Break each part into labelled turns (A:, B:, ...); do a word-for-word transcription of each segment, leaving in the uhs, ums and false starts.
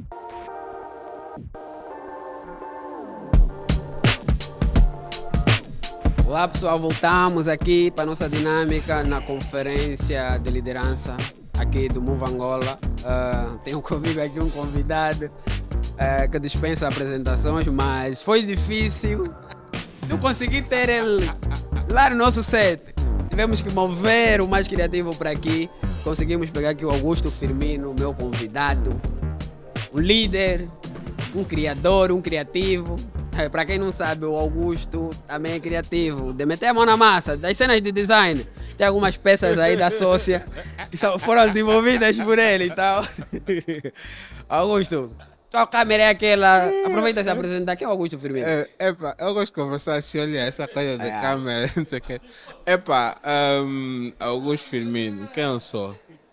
A: Olá pessoal, voltamos aqui para a nossa dinâmica na conferência de liderança aqui do Move Angola. Uh, tenho comigo aqui um convidado uh, que dispensa apresentações, mas foi difícil. Não consegui ter ele lá no nosso set. Tivemos que mover o mais criativo para aqui. Conseguimos pegar aqui o Augusto Firmino, meu convidado. Um líder, um criador, um criativo. É, para quem não sabe, o Augusto também é criativo. De meter a mão na massa, das cenas de design. Tem algumas peças aí da sócia que só foram desenvolvidas por ele e tal. Augusto, tua câmera é aquela. Aproveita e se apresentar. Quem é o Augusto Firmino?
B: É, epa, eu gosto de conversar assim, olha, essa coisa de
A: É.
B: câmera, não sei o quê. Epa, um, Augusto Firmino, quem eu sou?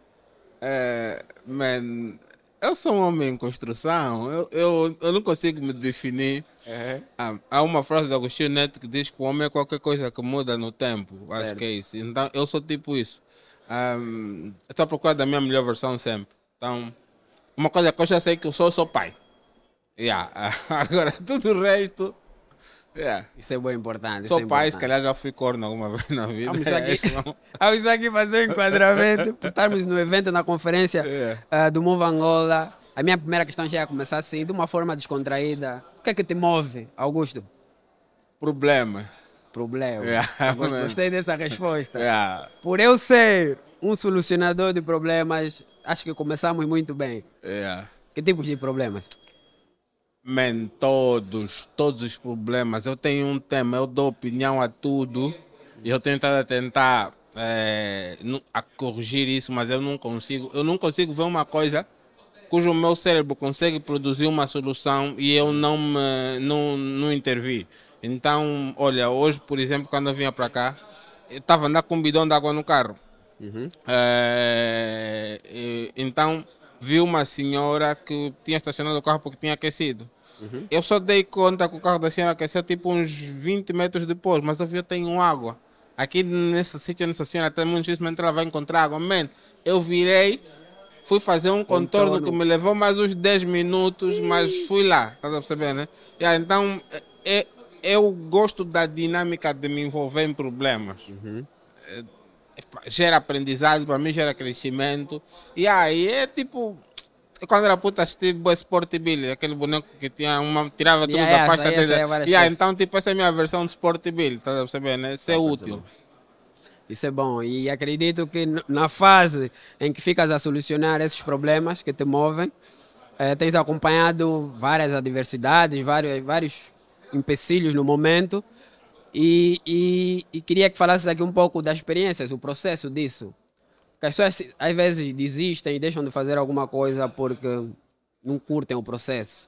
B: É, man, eu sou um homem em construção, eu, eu, eu não consigo me definir.
A: Uhum.
B: Ah, há uma frase do Agostinho Neto que diz que o homem é qualquer coisa que muda no tempo. Acho
A: Certo.
B: que é isso. Então, eu sou tipo isso. Um, eu estou à procura da minha melhor versão sempre. Então, uma coisa que eu já sei que eu sou, eu sou pai. Yeah. Agora, tudo o resto... Yeah.
A: Isso é bem importante.
B: Sou
A: isso é
B: pai, se
A: importante.
B: calhar já fui corno alguma vez na vida.
A: Vamos aqui,
B: É,
A: vamos aqui fazer um enquadramento. Por estarmos no evento, na conferência
B: É.
A: ah, do Move Angola. A minha primeira questão já ia começar assim, de uma forma descontraída. O que é que te move, Augusto?
B: Problema.
A: Problema.
B: Yeah.
A: Go- Gostei dessa resposta.
B: Yeah.
A: Por eu ser um solucionador de problemas, acho que começamos muito bem.
B: Yeah.
A: Que tipos de problemas?
B: Man, todos, todos os problemas. Eu tenho um tema, eu dou opinião a tudo e eu tenho tentado a tentar eh, nu- a corrigir isso, mas eu não consigo. Eu não consigo ver uma coisa cujo meu cérebro consegue produzir uma solução e eu não me, não, não intervir. Então, olha, hoje, por exemplo, quando eu vinha para cá, eu estava a andar com um bidão de água no carro. Eh, e- então, vi uma senhora que tinha estacionado o carro porque tinha aquecido. Eu só dei conta que o carro da senhora aqueceu tipo uns vinte metros depois, mas eu vi, eu tenho água. Aqui nesse sítio, nessa senhora, até muito dificilmente ela vai encontrar água. Man, eu virei, fui fazer um contorno,
A: Contorno.
B: que me levou mais uns dez minutos, mas fui lá, tá a perceber, né? Yeah, então, é, é- eu gosto da dinâmica de me envolver em problemas. Gera aprendizado, para mim gera crescimento. E aí é tipo, quando era puta assisti o Sport Billy, aquele boneco que tinha uma, tirava tudo
A: Yeah,
B: da
A: yeah,
B: pasta
A: saía-
B: dele.
A: saía várias
B: Yeah,
A: coisas.
B: então tipo essa é a minha versão de Sport Billy, tá a perceber, né? Ser útil.
A: Isso é bom. E acredito que n- na fase em que ficas a solucionar esses problemas que te movem, eh, tens acompanhado várias adversidades, vários, vários empecilhos no momento. E, e, e queria que falasses aqui um pouco das experiências, o processo disso. Porque as pessoas se- às vezes desistem e deixam de fazer alguma coisa porque não curtem o processo.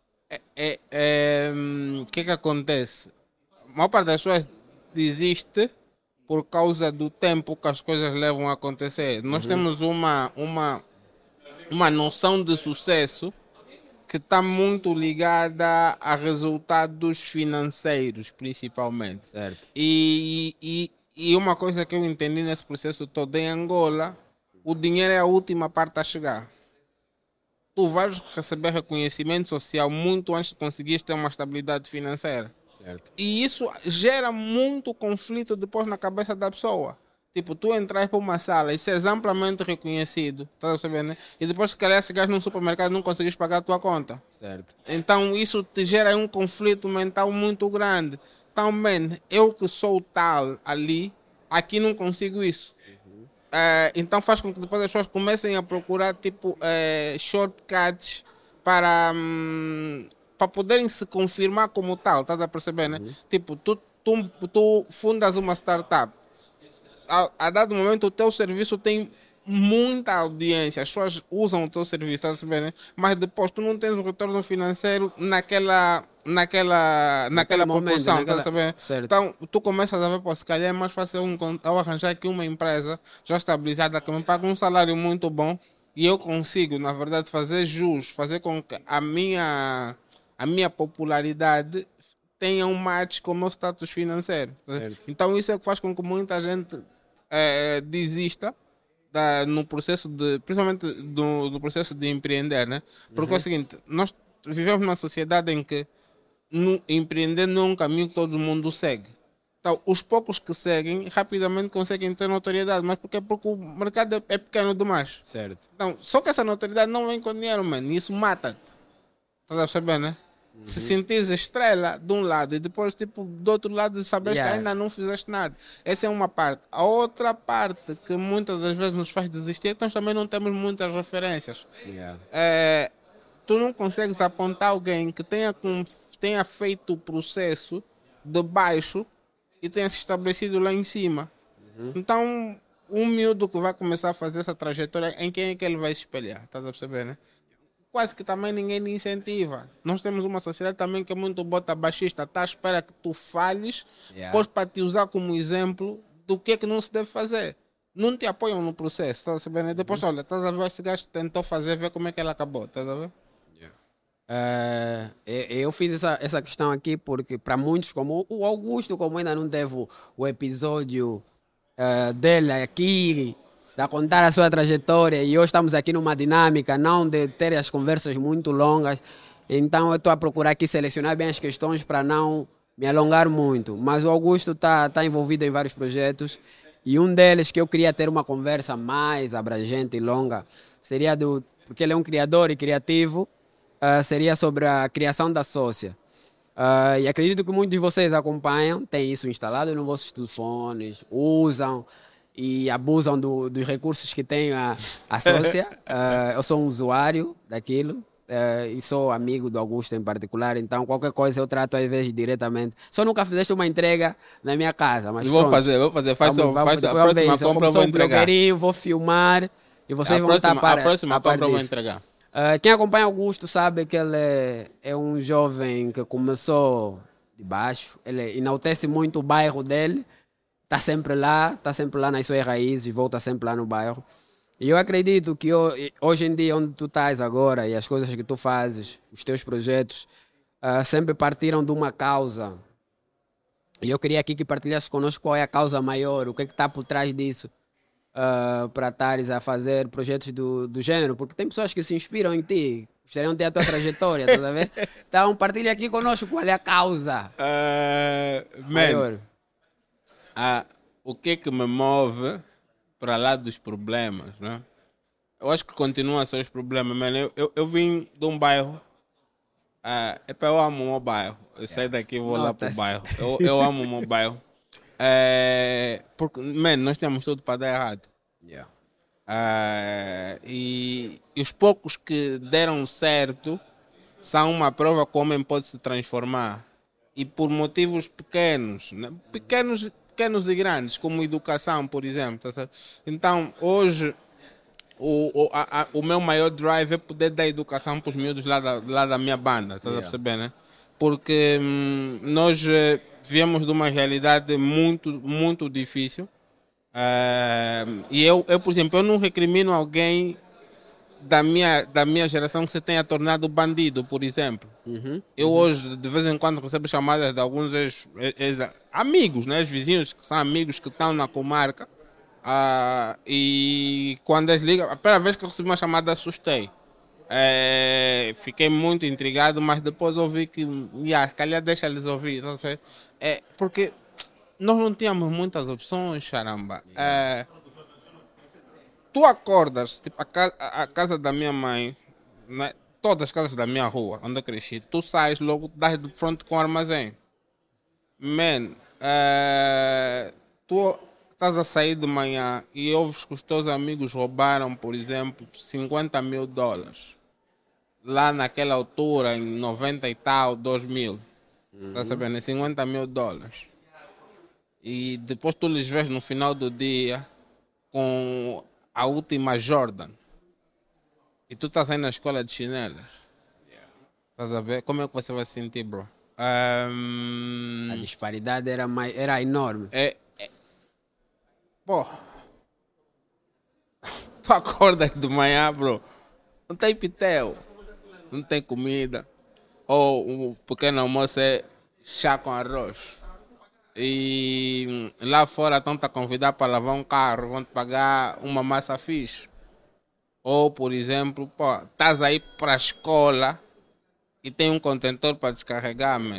B: É, é, hum, o que que acontece? A maior parte das pessoas desiste por causa do tempo que as coisas levam a acontecer. Nós temos uma, uma, uma noção de sucesso que está muito ligada a resultados financeiros, principalmente.
A: Certo.
B: E, e, e uma coisa que eu entendi nesse processo todo em Angola, o dinheiro é a última parte a chegar. Tu vais receber reconhecimento social muito antes de conseguires ter uma estabilidade financeira.
A: Certo.
B: E isso gera muito conflito depois na cabeça da pessoa. Tipo, tu entras para uma sala e seres amplamente reconhecido, tá percebendo, né? E depois, se calhar, chegares num supermercado e não conseguires pagar a tua conta.
A: Certo.
B: Então, isso te gera um conflito mental muito grande. Então, man, eu que sou tal ali, aqui não consigo isso. Eh, então, faz com que depois as pessoas comecem a procurar, tipo, eh, shortcuts para, hum, para poderem se confirmar como tal, estás a perceber, né? Tipo, tu, tu, tu fundas uma startup. A, a dado momento o teu serviço tem muita audiência, as pessoas usam o teu serviço, tá sabendo, né? Mas depois tu não tens o retorno financeiro naquela, naquela, naquela
A: momento,
B: proporção,
A: naquela-
B: tá sabendo?
A: certo.
B: Então tu começas a ver, pô, se calhar é mais fácil eu, encont- eu arranjar aqui uma empresa já estabilizada que me paga um salário muito bom e eu consigo, na verdade, fazer jus, fazer com que a minha, a minha popularidade tenha um match com o meu status financeiro. Tá?
A: Certo.
B: Então isso é que faz com que muita gente eh, desista da, no processo de, principalmente do, do processo de empreender, né? Porque uhum. é o seguinte, nós vivemos numa sociedade em que no, empreender não é um caminho que todo mundo segue. Então, os poucos que seguem rapidamente conseguem ter notoriedade, mas porque, porque o mercado é, é pequeno demais.
A: Certo.
B: Então, só que essa notoriedade não vem com dinheiro, mano, e isso mata-te. Estás a perceber, né? Uhum. Se sentires estrela de um lado e depois, tipo, do outro lado, sabes yeah. que ainda não fizeste nada. Essa é uma parte. A outra parte que muitas das vezes nos faz desistir é que nós também não temos muitas referências.
A: Yeah.
B: É, tu não consegues apontar alguém que tenha, tenha feito o processo de baixo e tenha se estabelecido lá em cima. Uhum. Então, um miúdo que vai começar a fazer essa trajetória, em quem é que ele vai se espelhar? Estás a perceber, né? Quase que também ninguém lhe incentiva. Nós temos uma sociedade também que é muito bota baixista. Está à espera que tu falhes, yeah. depois para te usar como exemplo do que é que não se deve fazer. Não te apoiam no processo, estás a saber? Né? Depois, uhum. olha, estás a ver, esse gajo tentou fazer, ver como é que ela acabou, estás a ver?
A: Yeah. Uh, eu fiz essa, essa questão aqui porque para muitos, como o Augusto, como ainda não teve o, o episódio uh, dele aqui, a contar a sua trajetória, e hoje estamos aqui numa dinâmica não de ter as conversas muito longas, então eu estou a procurar aqui selecionar bem as questões para não me alongar muito, mas o Augusto está tá envolvido em vários projetos e um deles que eu queria ter uma conversa mais abrangente e longa seria do, porque ele é um criador e criativo, uh, seria sobre a criação da Sócia. Uh, e acredito que muitos de vocês acompanham, têm isso instalado nos vossos telefones, usam e abusam do, dos recursos que tem a, a Sócia. Uh, eu sou um usuário daquilo uh, e sou amigo do Augusto em particular, então qualquer coisa eu trato às vezes diretamente. Só nunca fizeste uma entrega na minha casa, mas
B: vou
A: pronto.
B: fazer, vou fazer, faz,
A: vamos, vamos,
B: faz a próxima
A: isso.
B: compra eu vou entregar.
A: Vou filmar e vocês
B: a
A: vão
B: próxima,
A: estar para
B: a próxima
A: a
B: compra eu vou entregar.
A: Uh, quem acompanha Augusto sabe que ele é, é um jovem que começou de baixo, ele enaltece muito o bairro dele. Está sempre lá, está sempre lá nas suas raízes, volta sempre lá no bairro. E eu acredito que hoje em dia, onde tu estás agora e as coisas que tu fazes, os teus projetos, uh, sempre partiram de uma causa. E eu queria aqui que partilhasse conosco qual é a causa maior, o que é que está por trás disso, uh, para estares a fazer projetos do, do gênero, porque tem pessoas que se inspiram em ti, gostariam de ter a tua trajetória, tá vendo? Então partilha aqui conosco qual é a causa
B: uh,
A: maior.
B: Man. Ah, o que é que me move para lá dos problemas, né? Eu acho que continua a ser os problemas, mano. Eu, eu, eu vim de um bairro, ah, eu amo o meu bairro. Eu saio daqui e vou lá para o bairro. Eu, eu amo o meu bairro. É, porque, mano, nós temos tudo para dar errado.
A: Yeah.
B: Ah, e, e os poucos que deram certo são uma prova como o homem pode se transformar. E por motivos pequenos, né? pequenos pequenos e grandes, como educação, por exemplo. Tá? Então, hoje, o, o, a, a, o meu maior drive é poder dar educação para os miúdos lá da, lá da minha banda, tá yeah. a perceber, né? Porque hum, nós eh, viemos de uma realidade muito, muito difícil. Uh, e eu, eu, por exemplo, eu não recrimino alguém da minha, da minha geração que se tenha tornado bandido, por exemplo. Uhum, eu uhum. hoje, de vez em quando, recebo chamadas de alguns ex, ex, amigos, né, vizinhos que são amigos que estão na comarca. Uh, e quando eles ligam, a primeira vez que eu recebi uma chamada, assustei. É, fiquei muito intrigado, mas depois ouvi que, yeah, calhar deixa eles ouvir. Não sei. É, porque nós não tínhamos muitas opções, caramba. É, tu acordas, tipo, a, casa, a casa da minha mãe, né? Todas as casas da minha rua, onde eu cresci, tu sais logo, das de frente com o armazém. Man, é, tu estás a sair de manhã e ouves que os teus amigos roubaram, por exemplo, cinquenta mil dólares. Lá naquela altura, em noventa e tal, dois mil. Uhum. Tá sabendo? cinquenta mil dólares. E depois tu lhes vês no final do dia com a última Jordan. E tu estás aí na escola de chinelas. Yeah. Estás a ver? Como é que você vai se sentir, bro? Um...
A: A disparidade era, mais, era enorme.
B: É, é... Pô. Tu acorda de manhã, bro. Não tem pitel. Não tem comida. Ou um pequeno almoço é chá com arroz. E lá fora estão-te a convidar para lavar um carro, vão-te pagar uma massa fixe. Ou, por exemplo, pô, estás aí para a escola e tem um contentor para descarregar, man.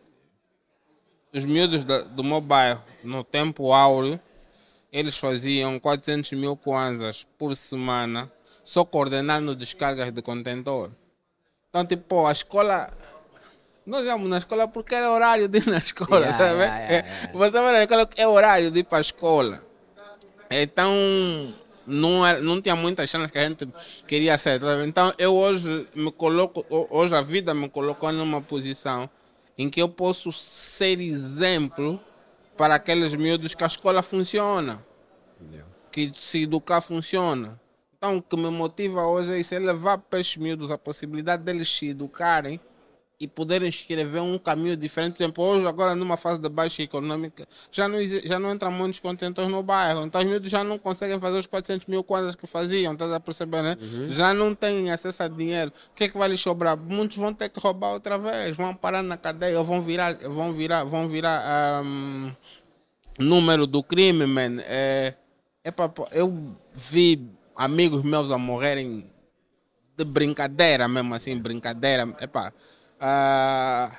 B: Os miúdos do, do meu bairro, no tempo áureo, eles faziam quatrocentos mil kwanzas por semana só coordenando descargas de contentor. Então, tipo, a escola... Nós íamos na escola porque era horário de ir na escola,
A: Yeah,
B: tá
A: yeah,
B: vendo?
A: yeah, yeah.
B: Você vai na escola, é horário de ir para a escola. Então, não, era, não tinha muitas cenas que a gente queria ser. Tá vendo? Então, eu hoje me coloco, hoje a vida me colocou numa posição em que eu posso ser exemplo para aqueles miúdos que a escola funciona, que se educar funciona. Então, o que me motiva hoje é isso, é levar para esses miúdos a possibilidade deles se educarem e poderem escrever um caminho diferente. Por exemplo, hoje, agora numa fase de baixa econômica, já não, já não entram muitos contentores no bairro. Então, os miúdos já não conseguem fazer os quatrocentos mil kwanzas que faziam, estás a perceber, né? Uhum. Já não têm acesso a dinheiro. O que é que vai lhes sobrar? Muitos vão ter que roubar outra vez, vão parar na cadeia, ou vão virar, vão virar, vão virar um, número do crime, man. É, é pra, eu vi amigos meus a morrerem de brincadeira mesmo, assim, brincadeira. Epá, uh,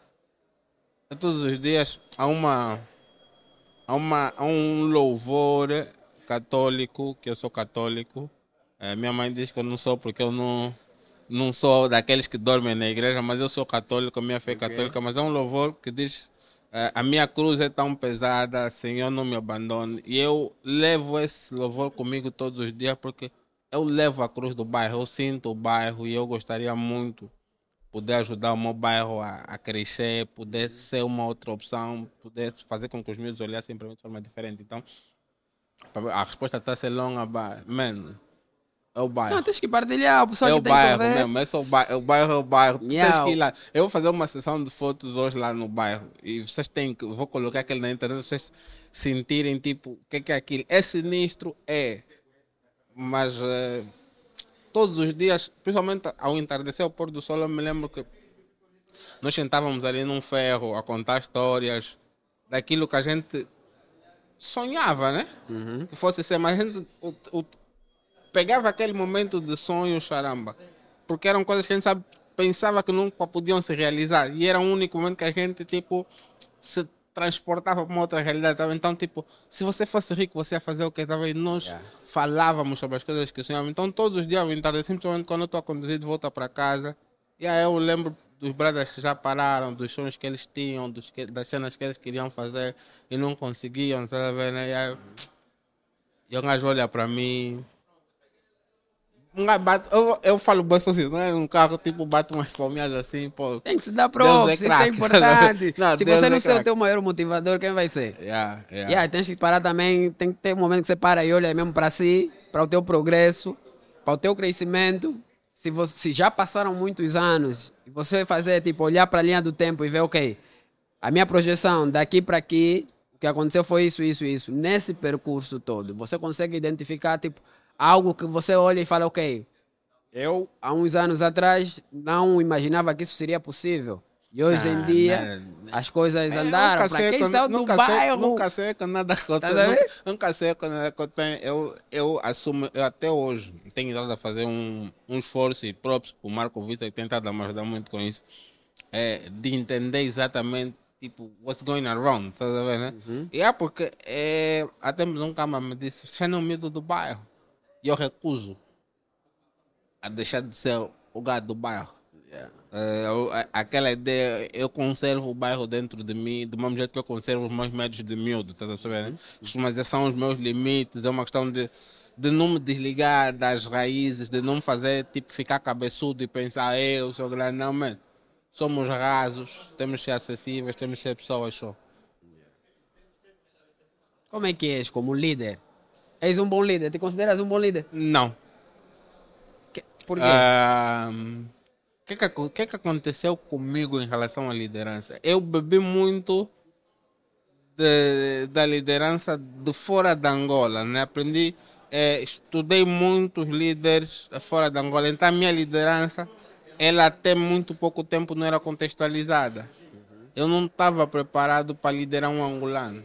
B: todos os dias há, uma, há, uma, há um louvor católico, que eu sou católico. Uh, minha mãe diz que eu não sou porque eu não, não sou daqueles que dormem na igreja, mas eu sou católico, minha fé é okay. católica. Mas é um louvor que diz... Uh, a minha cruz é tão pesada, Senhor, não me abandone. E eu levo esse louvor comigo todos os dias porque eu levo a cruz do bairro, eu sinto o bairro e eu gostaria muito poder ajudar o meu bairro a, a crescer, poder ser uma outra opção, poder fazer com que os meus olhassem para mim de forma diferente. Então, a resposta está a ser longa, mas, man, é o bairro.
A: Não, tens que partilhar, o pessoal
B: é
A: que
B: o
A: tem
B: bairro
A: que ver.
B: mesmo, esse é o bairro, é o bairro, é o bairro. Tu
A: Yeah.
B: tens que ir lá. Eu vou fazer uma sessão de fotos hoje lá no bairro e vocês têm que, vou colocar aquilo na internet, vocês sentirem tipo, o que é que é aquilo. É sinistro, é, mas uh, todos os dias, principalmente ao entardecer, ao pôr do sol, eu me lembro que nós sentávamos ali num ferro a contar histórias daquilo que a gente sonhava, né? Uhum. Que fosse ser, mas a gente... O, o, pegava aquele momento de sonho, charamba, porque eram coisas que a gente sabe, pensava que nunca podiam se realizar e era o único momento que a gente tipo se transportava para uma outra realidade. Então, tipo, se você fosse rico, você ia fazer o que estava aí. Nós yeah. falávamos sobre as coisas que sonhávamos. Então, todos os dias, ao entardecer, simplesmente quando eu estou a conduzir de volta para casa, e aí eu lembro dos brothers que já pararam, dos sonhos que eles tinham, dos que, das cenas que eles queriam fazer e não conseguiam, sabe, né? E aí, e um gajo olha para mim. Eu, eu falo bem assim, não é? Um carro tipo bate umas palminhas assim, pô.
A: Tem que se dar props, é isso é importante.
B: Não,
A: se
B: Deus
A: você
B: é
A: não ser o
B: crack.
A: teu maior motivador, quem vai ser?
B: Yeah, yeah.
A: Yeah, tens que parar também, tem que ter um momento que você para e olha mesmo para si, para o teu progresso, para o teu crescimento. Se, você, se já passaram muitos anos, e você fazer tipo olhar para a linha do tempo e ver, ok, a minha projeção daqui para aqui, o que aconteceu foi isso, isso, isso. Nesse percurso todo, você consegue identificar tipo algo que você olha e fala, ok, eu, há uns anos atrás, não imaginava que isso seria possível. E hoje ah, em dia, não. as coisas andaram. Para quem saiu do
B: nunca
A: bairro...
B: Sei, nunca sei com nada que eu
A: tá
B: tenho. Nunca, nunca sei com nada que eu tenho. Eu, eu assumo, eu até hoje, tenho estado a fazer um, um esforço e próprio para o Marco Vitor, que tem estado a me ajudar muito com isso, é, de entender exatamente tipo, what's going around, tá vendo, né? Uhum. E é porque, é, até um cama me disse, você não é medo do bairro. E eu recuso a deixar de ser o gado do bairro. Yeah. Uh, aquela ideia, eu conservo o bairro dentro de mim, do mesmo jeito que eu conservo os meus médios de miúdo, tá sabendo? Uhum. Mas são os meus limites, é uma questão de, de não me desligar das raízes, de não fazer, tipo, ficar cabeçudo e pensar, eu sou grande, não, man. Somos rasos, temos que ser acessíveis, temos que ser pessoas só.
A: Como é que és como líder? És um bom líder? Te consideras um bom líder?
B: Não.
A: Que, por quê?
B: O que, que, que, que aconteceu comigo em relação à liderança? Eu bebi muito de, da liderança de fora da Angola, né? Aprendi, é, estudei muitos líderes fora da Angola. Então a minha liderança, ela até muito pouco tempo não era contextualizada. Uhum. eu não estava preparado para liderar um angolano.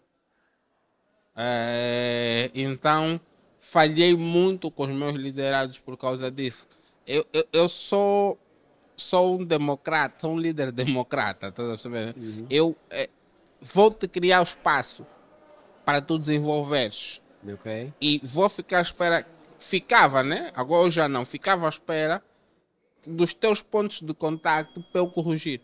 B: É, então, falhei muito com os meus liderados por causa disso. Eu, eu, eu sou, sou um democrata, sou um líder democrata. Tá percebendo? Uhum. Eu é, vou te criar o espaço para tu desenvolveres.
A: Okay.
B: E vou ficar à espera. Ficava, né? Agora já não. Ficava à espera dos teus pontos de contacto para eu corrigir.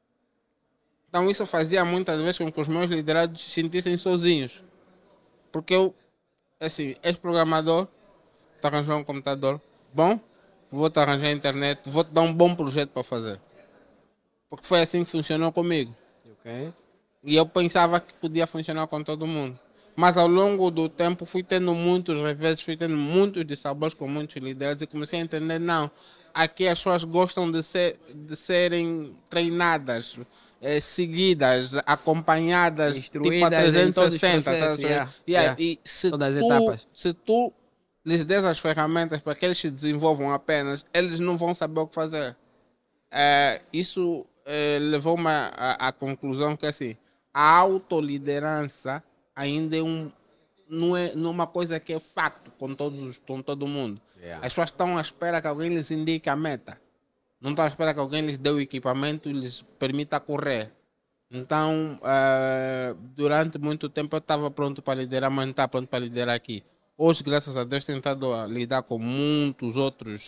B: Então isso fazia muitas vezes com que os meus liderados se sentissem sozinhos. Porque eu, assim, és programador, te arranjar um computador bom, vou-te arranjar a internet, vou-te dar um bom projeto para fazer. Porque foi assim que funcionou comigo.
A: Okay.
B: E eu pensava que podia funcionar com todo mundo. Mas ao longo do tempo fui tendo muitos reveses, fui tendo muitos dissabores com muitos liderados e comecei a entender, não, aqui as pessoas gostam de, ser, de serem treinadas, eh, seguidas, acompanhadas, tipo a trezentos e sessenta. Tá?
A: Yeah,
B: yeah.
A: Yeah.
B: E se
A: todas as
B: tu,
A: etapas.
B: se tu lhes des as ferramentas para que eles se desenvolvam apenas, eles não vão saber o que fazer. Eh, isso eh, levou-me à conclusão que assim, a autoliderança ainda é um, não é numa coisa que é fato com, todos, com todo mundo. Yeah. As pessoas estão à espera que alguém lhes indique a meta. Não estão à espera que alguém lhes dê o equipamento e lhes permita correr. Então, uh, durante muito tempo eu estava pronto para liderar, mas não estava pronto para liderar aqui. Hoje, graças a Deus, tenho tentado lidar com muitos outros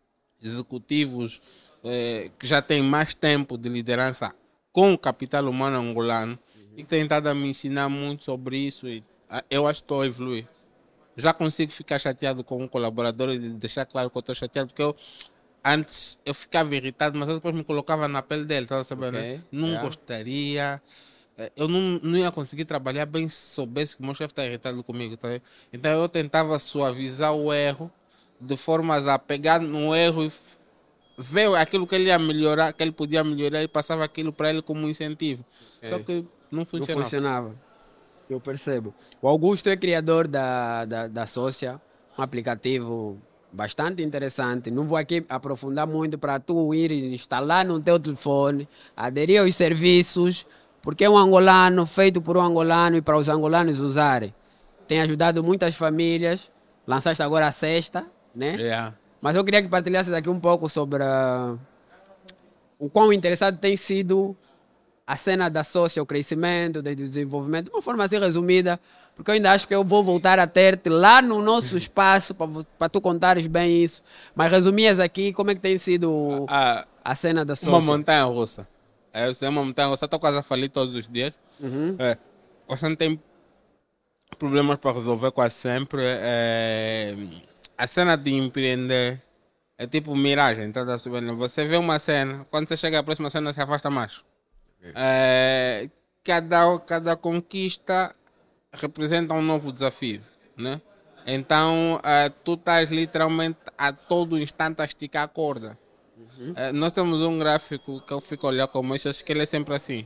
B: executivos eh, que já têm mais tempo de liderança com o capital humano angolano. E tem tentado a me ensinar muito sobre isso e eu acho que estou a evoluir. Já consigo ficar chateado com um colaborador e deixar claro que eu estou chateado, porque eu antes eu ficava irritado, mas eu depois me colocava na pele dele, tá sabendo? Okay. Né? Não yeah. gostaria, eu não, não ia conseguir trabalhar bem se soubesse que o meu chefe está irritado comigo. Tá? Então eu tentava suavizar o erro de formas a pegar no erro e ver aquilo que ele ia melhorar, que ele podia melhorar e passava aquilo para ele como incentivo. Okay. Só que não funcionava.
A: Não funcionava. Eu percebo. O Augusto é criador da, da, da Sócia, um aplicativo bastante interessante. Não vou aqui aprofundar muito para tu ir instalar no teu telefone, aderir aos serviços, porque é um angolano, feito por um angolano e para os angolanos usarem. Tem ajudado muitas famílias. Lançaste agora a sexta, né?
B: Yeah.
A: Mas eu queria que partilhasses aqui um pouco sobre uh, o quão interessante tem sido a cena da Sócia, o crescimento, do desenvolvimento, de uma forma assim resumida, porque eu ainda acho que eu vou voltar a ter-te lá no nosso espaço para tu contares bem isso. Mas resumias aqui como é que tem sido
B: a,
A: a cena da Sócia.
B: Uma montanha russa. É, é uma montanha russa, estou quase a falir todos os dias.
A: Uhum.
B: É, você não tem problemas para resolver quase sempre. É, a cena de empreender é tipo miragem. Então, você vê uma cena, quando você chega à próxima cena, se afasta mais. É, cada, cada conquista representa um novo desafio, né? Então é, tu estás literalmente a todo instante a esticar a corda. Uhum. É, nós temos um gráfico que eu fico olhando como isso, acho que ele é sempre assim.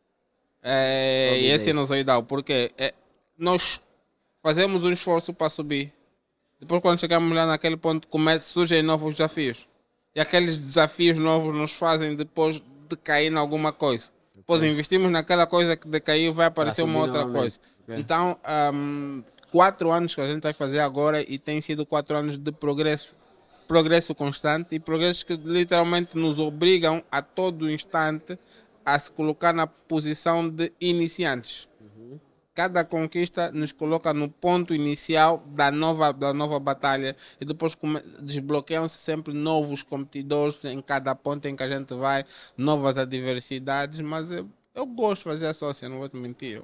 B: É, e esse é nos ideal, porque é, nós fazemos um esforço para subir. Depois, quando chegamos lá naquele ponto, começa, surgem novos desafios. E aqueles desafios novos nos fazem depois de cair em alguma coisa. Depois investimos naquela coisa que decaiu, vai aparecer uma outra coisa. Okay. Então, um, quatro anos que a gente vai fazer agora e tem sido quatro anos de progresso, progresso constante e progressos que literalmente nos obrigam a todo instante a se colocar na posição de iniciantes. Uhum. Cada conquista nos coloca no ponto inicial da nova, da nova batalha e depois desbloqueiam-se sempre novos competidores em cada ponto em que a gente vai, novas adversidades, mas eu, eu gosto de fazer a sócia, não vou te mentir.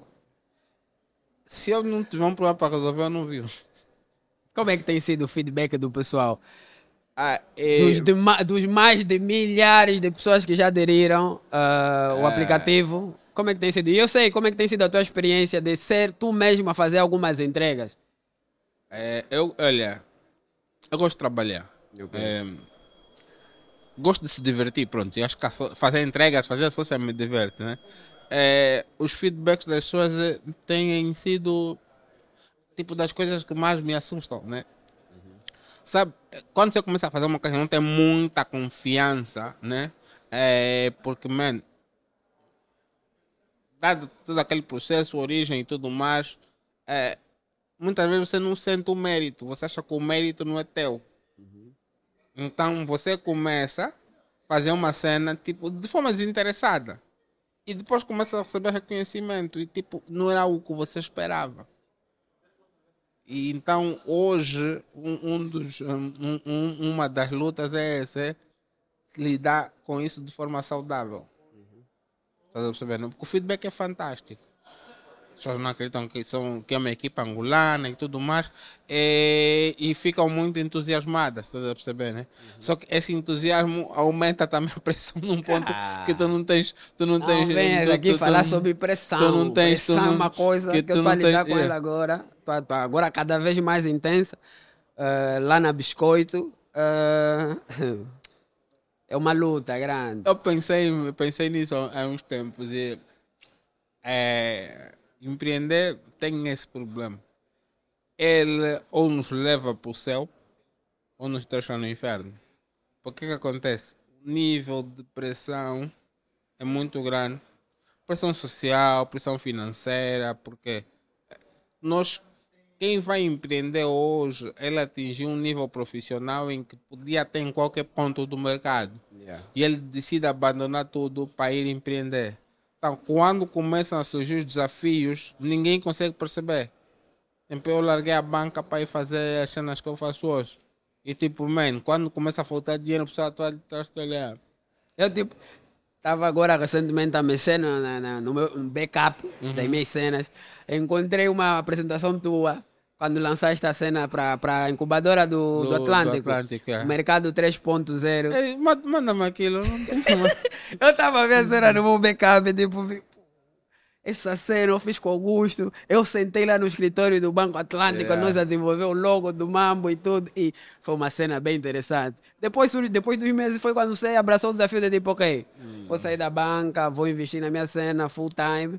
B: Se eu não tiver um problema para resolver, eu não vivo.
A: Como é que tem sido o feedback do pessoal?
B: Ah, é...
A: dos, de, dos mais de milhares de pessoas que já aderiram uh, o ah... aplicativo? Como é que tem sido? E eu sei como é que tem sido a tua experiência de ser tu mesmo a fazer algumas entregas.
B: É, eu, olha, eu gosto de trabalhar. Okay. É, gosto de se divertir, pronto. Eu acho que fazer entregas, fazer a sócia me diverte, né? É, os feedbacks das pessoas têm sido tipo das coisas que mais me assustam, né? Uhum. Sabe, quando você começa a fazer uma coisa, não tem muita confiança, né? É, porque, man, dado todo aquele processo, origem e tudo mais, é, muitas vezes você não sente o mérito, você acha que o mérito não é teu. Uhum. Então você começa a fazer uma cena tipo, de forma desinteressada. E depois começa a receber reconhecimento e tipo, não era o que você esperava. E então hoje um, um dos, um, um, uma das lutas é essa, é lidar com isso de forma saudável. Uhum. Estás a perceber? Porque o feedback é fantástico. As pessoas não acreditam que, são, que é uma equipa angolana e tudo mais, e, e ficam muito entusiasmadas, estás a perceber, né? Uhum. Só que esse entusiasmo aumenta também a pressão num ponto ah. que tu não tens... Tu não,
A: não
B: tens
A: vem
B: tu,
A: aqui
B: tu,
A: falar
B: tu,
A: sobre pressão.
B: Tu não tens,
A: pressão
B: tu não,
A: é uma coisa que, que eu estou a lidar tens, com yeah. ela agora, tô, tô agora cada vez mais intensa, uh, lá na Biscoito. Uh, é uma luta grande.
B: Eu pensei, pensei nisso há uns tempos e... É, empreender tem esse problema. Ele ou nos leva para o céu ou nos deixa no inferno. Porque o que acontece? O nível de pressão é muito grande. Pressão social, pressão financeira, porque nós, quem vai empreender hoje, ele atingiu um nível profissional em que podia ter em qualquer ponto do mercado. Yeah. E ele decide abandonar tudo para ir empreender. Então, quando começam a surgir os desafios, ninguém consegue perceber. Então, eu larguei a banca para ir fazer as cenas que eu faço hoje. E tipo, man, quando começa a faltar dinheiro, o pessoal está a olhar.
A: Eu, tipo, estava agora recentemente a mexer no, no, no meu backup uhum. das minhas cenas. Encontrei uma apresentação tua quando lançaste a cena para a incubadora do, do, do Atlântico. Do Atlântico é. Mercado três ponto zero.
B: Ei, manda-me aquilo.
A: Eu estava a ver a cena no meu backup, tipo, essa cena eu fiz com Augusto. Eu sentei lá no escritório do Banco Atlântico, yeah. nós a desenvolver o logo do Mambo e tudo. E foi uma cena bem interessante. Depois, depois dos meses foi quando você abraçou o desafio de tipo, ok, hum. vou sair da banca, vou investir na minha cena full time.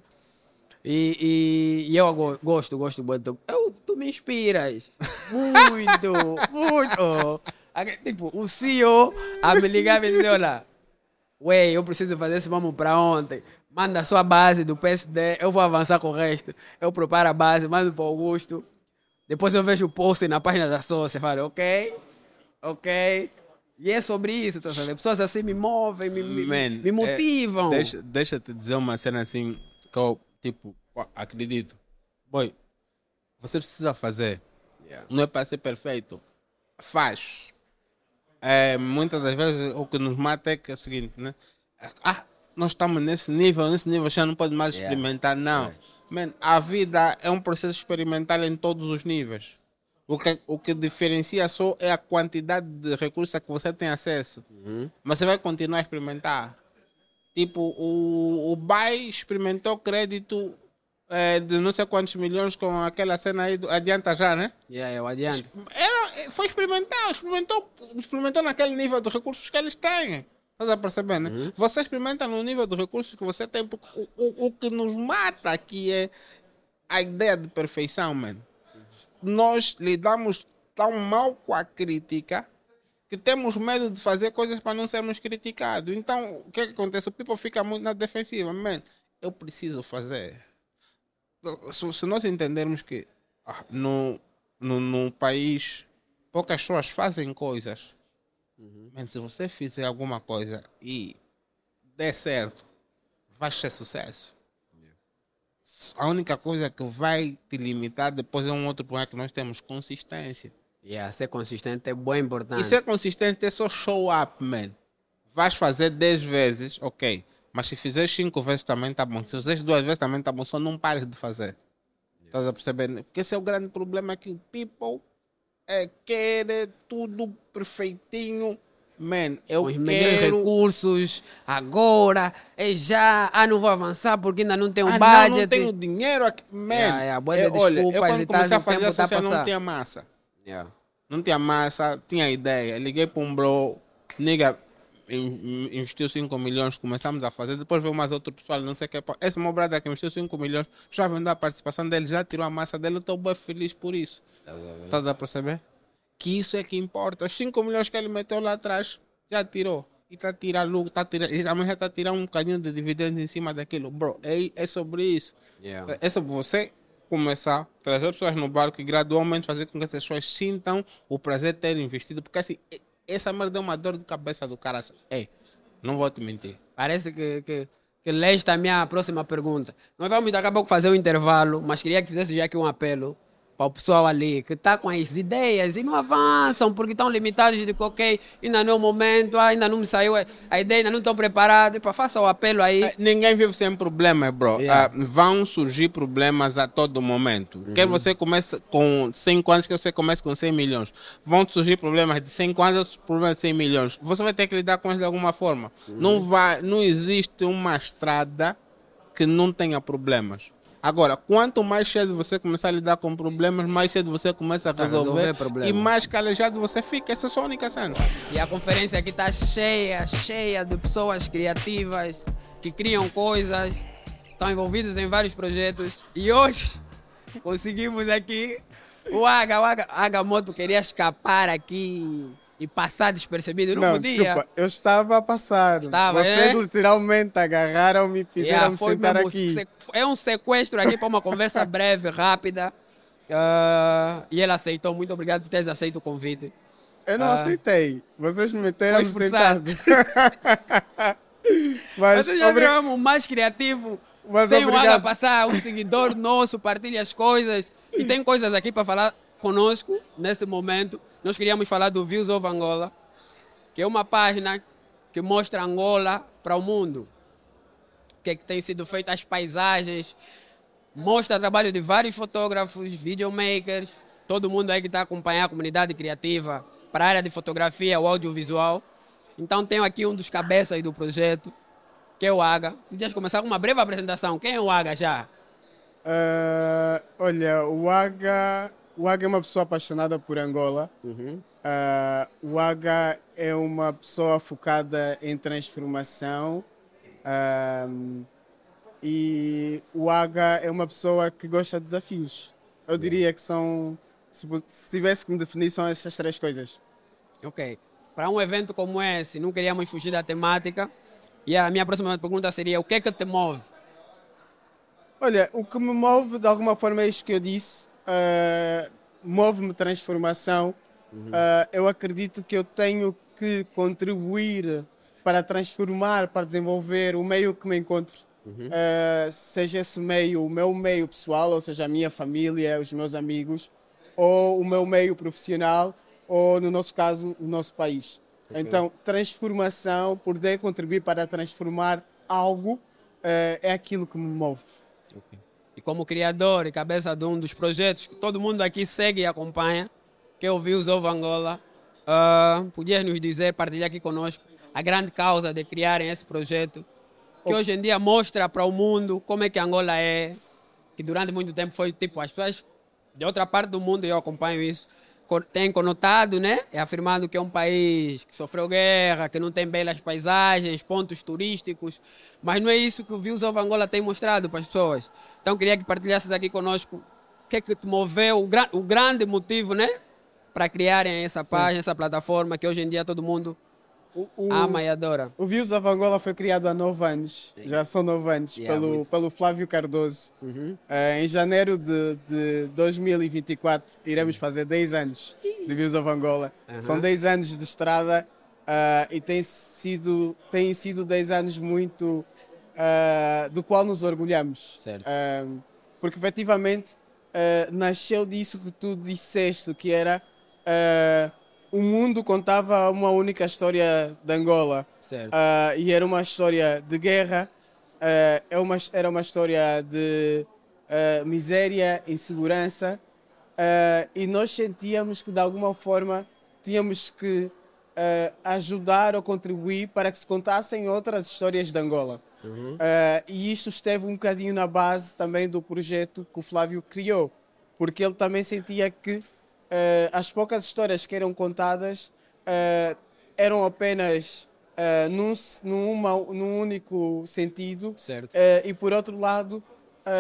A: E, e, e eu gosto, gosto muito. Eu, tu me inspiras muito, muito. Tipo, o C E O a me ligar e me dizer, olha, ué, eu preciso fazer esse mambo para ontem. Manda a sua base do P S D, eu vou avançar com o resto. Eu preparo a base, mando para o Augusto. Depois eu vejo o post na página da sócia, falo, ok, ok. E é sobre isso, tá sabendo? Pessoas assim me movem, me, Man, me motivam.
B: É, deixa, deixa eu te dizer uma cena assim que eu, tipo, acredito. Boy, você precisa fazer. Yeah. Não é para ser perfeito. Faz. É, muitas das vezes o que nos mata é que é o seguinte, né? Ah, nós estamos nesse nível, nesse nível já não pode mais yeah. experimentar, não. Yeah. Man, a vida é um processo experimental em todos os níveis. O que, o que diferencia só é a quantidade de recursos a que você tem acesso. Uhum. Mas você vai continuar a experimentar. Tipo, o, o B A I experimentou crédito é, de não sei quantos milhões com aquela cena aí do Adianta Já, né?
A: Yeah, eu adianto.
B: Era, foi experimentar, experimentou, experimentou naquele nível de recursos que eles têm. Estás a perceber, né? Uhum. Você experimenta no nível de recursos que você tem, porque o, o, o que nos mata aqui é a ideia de perfeição, mano. Nós lidamos tão mal com a crítica que temos medo de fazer coisas para não sermos criticados. Então, o que, é que acontece? O people fica muito na defensiva. Man, eu preciso fazer. Se, se nós entendermos que ah, no, no, no país poucas pessoas fazem coisas, uhum. man, se você fizer alguma coisa e der certo, vai ser sucesso. A única coisa que vai te limitar depois é um outro problema que nós temos, consistência.
A: Yeah, ser consistente é bem importante.
B: E ser consistente é só show up, man. Vais fazer dez vezes, ok. Mas se fizer cinco vezes também tá bom. Se fizer duas vezes também tá bom. Só não pares de fazer. Yeah. Estás a perceber? Porque esse é o grande problema, que o people é, quer tudo perfeitinho. Man, eu
A: os
B: quero...
A: melhores recursos, agora, é já, ah, não vou avançar porque ainda não tenho um
B: ah,
A: budget.
B: Não, não tenho dinheiro aqui. Man,
A: yeah, yeah,
B: é, olha, eu quando
A: e
B: comecei a fazer a
A: tá
B: social não tinha massa.
A: Yeah.
B: Não tinha massa, tinha ideia. Liguei para um bro, nigga, investiu cinco milhões, começamos a fazer, depois veio mais outro pessoal, não sei o que. Esse meu brother que investiu cinco milhões, já vendeu a participação dele, já tirou a massa dele, eu estou bem feliz por isso. Estás a perceber? Que isso é que importa. Os cinco milhões que ele meteu lá atrás, já tirou. e está a tirar lucro, tá a tirar, e também já está a tirar um bocadinho de dividendos em cima daquilo. Bro, é, é sobre isso.
A: Yeah.
B: É sobre você começar, trazer pessoas no barco e gradualmente fazer com que essas pessoas sintam o prazer de ter investido. Porque assim, essa merda é uma dor de cabeça do cara. É, não vou te mentir.
A: Parece que, que, que leste a minha próxima pergunta. Nós vamos daqui a pouco fazer um intervalo, mas queria que fizesse já aqui um apelo para o pessoal ali que está com as ideias e não avançam porque estão limitados de que, ok, ainda não é o momento, ainda não me saiu a ideia, ainda não estou preparado. Para faça o apelo aí.
B: Ninguém vive sem problemas, bro.
A: Yeah.
B: Uh, vão surgir problemas a todo momento. Uhum. Quer você comece com cinco anos, que você comece com cem milhões. Vão surgir problemas de cinco anos, problemas de cem milhões. Você vai ter que lidar com eles de alguma forma. Uhum. Não, vai, não existe uma estrada que não tenha problemas. Agora, quanto mais cedo você começar a lidar com problemas, mais cedo você começa a resolver, resolver e mais calejado você fica. Essa é a sua única cena.
A: E a conferência aqui está cheia, cheia de pessoas criativas que criam coisas, estão envolvidos em vários projetos. E hoje conseguimos aqui o Aga, o Aga, Aga Moto queria escapar aqui e passar despercebido, não, não podia.
C: Desculpa, eu estava a passar.
A: Estava,
C: Vocês
A: é?
C: literalmente agarraram-me e fizeram-me
A: yeah,
C: sentar
A: mesmo,
C: aqui.
A: É um sequestro aqui para uma conversa breve, rápida. Uh, e ele aceitou. Muito obrigado por teres aceito o convite.
C: Eu não
A: uh,
C: aceitei. Vocês me meteram-me sentado.
A: Mas Você já obri... viu o mais criativo.
C: Mas
A: sem
C: obrigado.
A: o Aga passar, um seguidor nosso, partilha as coisas. E tem coisas aqui para falar conosco nesse momento. Nós queríamos falar do Views of Angola, que é uma página que mostra Angola para o mundo. O que, é que tem sido feito, as paisagens, mostra o trabalho de vários fotógrafos, videomakers, todo mundo aí que está acompanhando a comunidade criativa para a área de fotografia, o audiovisual. Então tenho aqui um dos cabeças do projeto, que é o Aga. Podias começar com uma breve apresentação. Quem é o Aga já?
C: Uh, olha, o Aga... O Aga é uma pessoa apaixonada por Angola.
A: Uhum.
C: Uh, o Aga é uma pessoa focada em transformação. Uh, e o Aga é uma pessoa que gosta de desafios. Eu diria que são... Se, se tivesse que me definir, são essas três coisas.
A: Ok. Para um evento como esse, não queríamos fugir da temática. E a minha próxima pergunta seria, o que é que te move?
C: Olha, o que me move, de alguma forma, é isso que eu disse. Uh, move-me transformação. Uhum. Uh, eu acredito que eu tenho que contribuir para transformar, para desenvolver o meio que me encontro. Uhum. Uh, seja esse meio o meu meio pessoal, ou seja, a minha família, os meus amigos, ou o meu meio profissional, ou, no nosso caso, o nosso país. Okay. Então, transformação, poder contribuir para transformar algo, uh, é aquilo que me move.
A: Okay. E como criador e cabeça de um dos projetos que todo mundo aqui segue e acompanha, que é o Views of Angola, uh, podias nos dizer, partilhar aqui conosco, a grande causa de criarem esse projeto, que hoje em dia mostra para o mundo como é que Angola é, que durante muito tempo foi tipo, as pessoas de outra parte do mundo, e eu acompanho isso, têm conotado, né? É afirmado que é um país que sofreu guerra, que não tem belas paisagens, pontos turísticos, mas não é isso que o Views of Angola tem mostrado para as pessoas. Então queria que partilhasses aqui conosco o que é que te moveu, o, gra o grande motivo, né? Para criarem essa página, Sim. essa plataforma que hoje em dia todo mundo o, o, ama e adora.
C: O Views of Angola foi criado há nove anos, Sim. já são nove anos, yeah, pelo, pelo Flávio Cardoso. Uhum. Uh, em janeiro de, de dois mil e vinte e quatro iremos fazer dez anos de Views of Angola. Uhum. São dez anos de estrada uh, e têm sido, têm sido dez anos muito uh, do qual nos orgulhamos.
A: Certo.
C: Uh, porque efetivamente uh, nasceu disso que tu disseste, que era... Uh, o mundo contava uma única história de Angola.
A: Certo.
C: Uh, e era uma história de guerra, uh, é uma, era uma história de uh, miséria, insegurança, uh, e nós sentíamos que de alguma forma tínhamos que uh, ajudar ou contribuir para que se contassem outras histórias de Angola. Uhum. Uh, e isto esteve um bocadinho na base também do projeto que o Flávio criou, porque ele também sentia que Uh, as poucas histórias que eram contadas uh, eram apenas uh, num, numa, num único sentido,
A: certo.
C: Uh, e por outro lado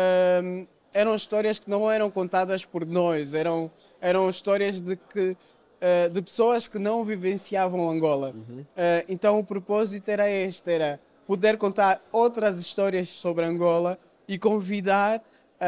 C: uh, eram histórias que não eram contadas por nós, eram, eram histórias de que uh, de pessoas que não vivenciavam Angola.
A: Uhum.
C: Uh, então o propósito era este, era poder contar outras histórias sobre Angola e convidar,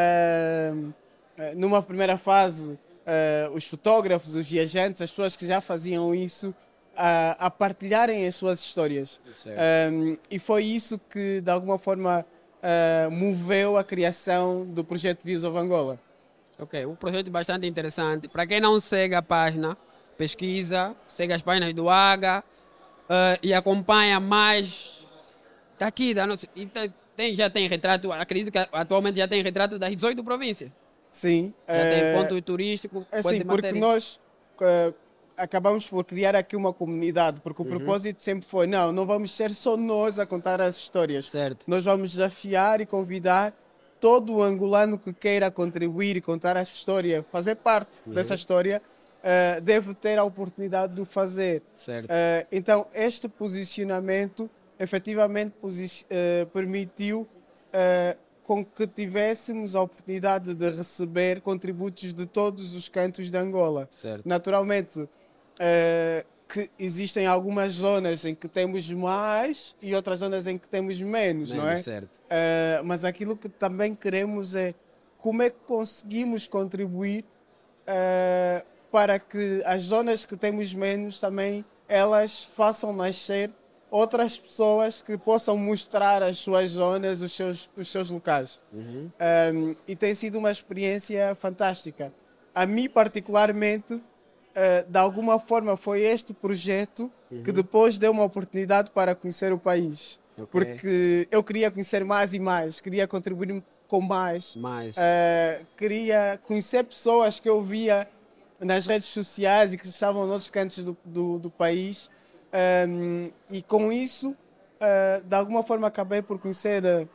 C: uh, numa primeira fase, uh, os fotógrafos, os viajantes, as pessoas que já faziam isso, a, a partilharem as suas histórias. Um, e foi isso que, de alguma forma, uh, moveu a criação do projeto Views of Angola.
A: Ok, um projeto bastante interessante. Para quem não segue a página, pesquisa, segue as páginas do Aga uh, e acompanha mais daqui da nossa. E tem, já tem retrato, acredito que atualmente já tem retrato das dezoito províncias.
C: Sim.
A: Já
C: é,
A: tem ponto turístico.
C: É sim, porque nós uh, acabamos por criar aqui uma comunidade, porque o
A: Uhum.
C: propósito sempre foi, não, não vamos ser só nós a contar as histórias.
A: Certo.
C: Nós vamos desafiar e convidar todo o angolano que queira contribuir e contar a história, fazer parte
A: Uhum.
C: dessa história, uh, deve ter a oportunidade de o fazer.
A: Certo.
C: Uh, então, este posicionamento efetivamente posi uh, permitiu uh, com que tivéssemos a oportunidade de receber contributos de todos os cantos de Angola.
A: Certo.
C: Naturalmente, uh, que existem algumas zonas em que temos mais e outras zonas em que temos menos,
A: Menos,
C: não é?
A: certo.
C: Uh, mas aquilo que também queremos é como é que conseguimos contribuir uh, para que as zonas que temos menos também elas façam nascer outras pessoas que possam mostrar as suas zonas, os seus, os seus locais.
A: Uhum.
C: Um, e tem sido uma experiência fantástica. A mim, particularmente, uh, de alguma forma foi este projeto
A: Uhum.
C: que depois deu uma oportunidade para conhecer o país.
A: Ok.
C: Porque eu queria conhecer mais e mais, queria contribuir com mais,
A: Mais.
C: uh, queria conhecer pessoas que eu via nas redes sociais e que estavam noutros cantos do, do, do país. Um, e com isso, uh, de alguma forma, acabei por conhecer uh,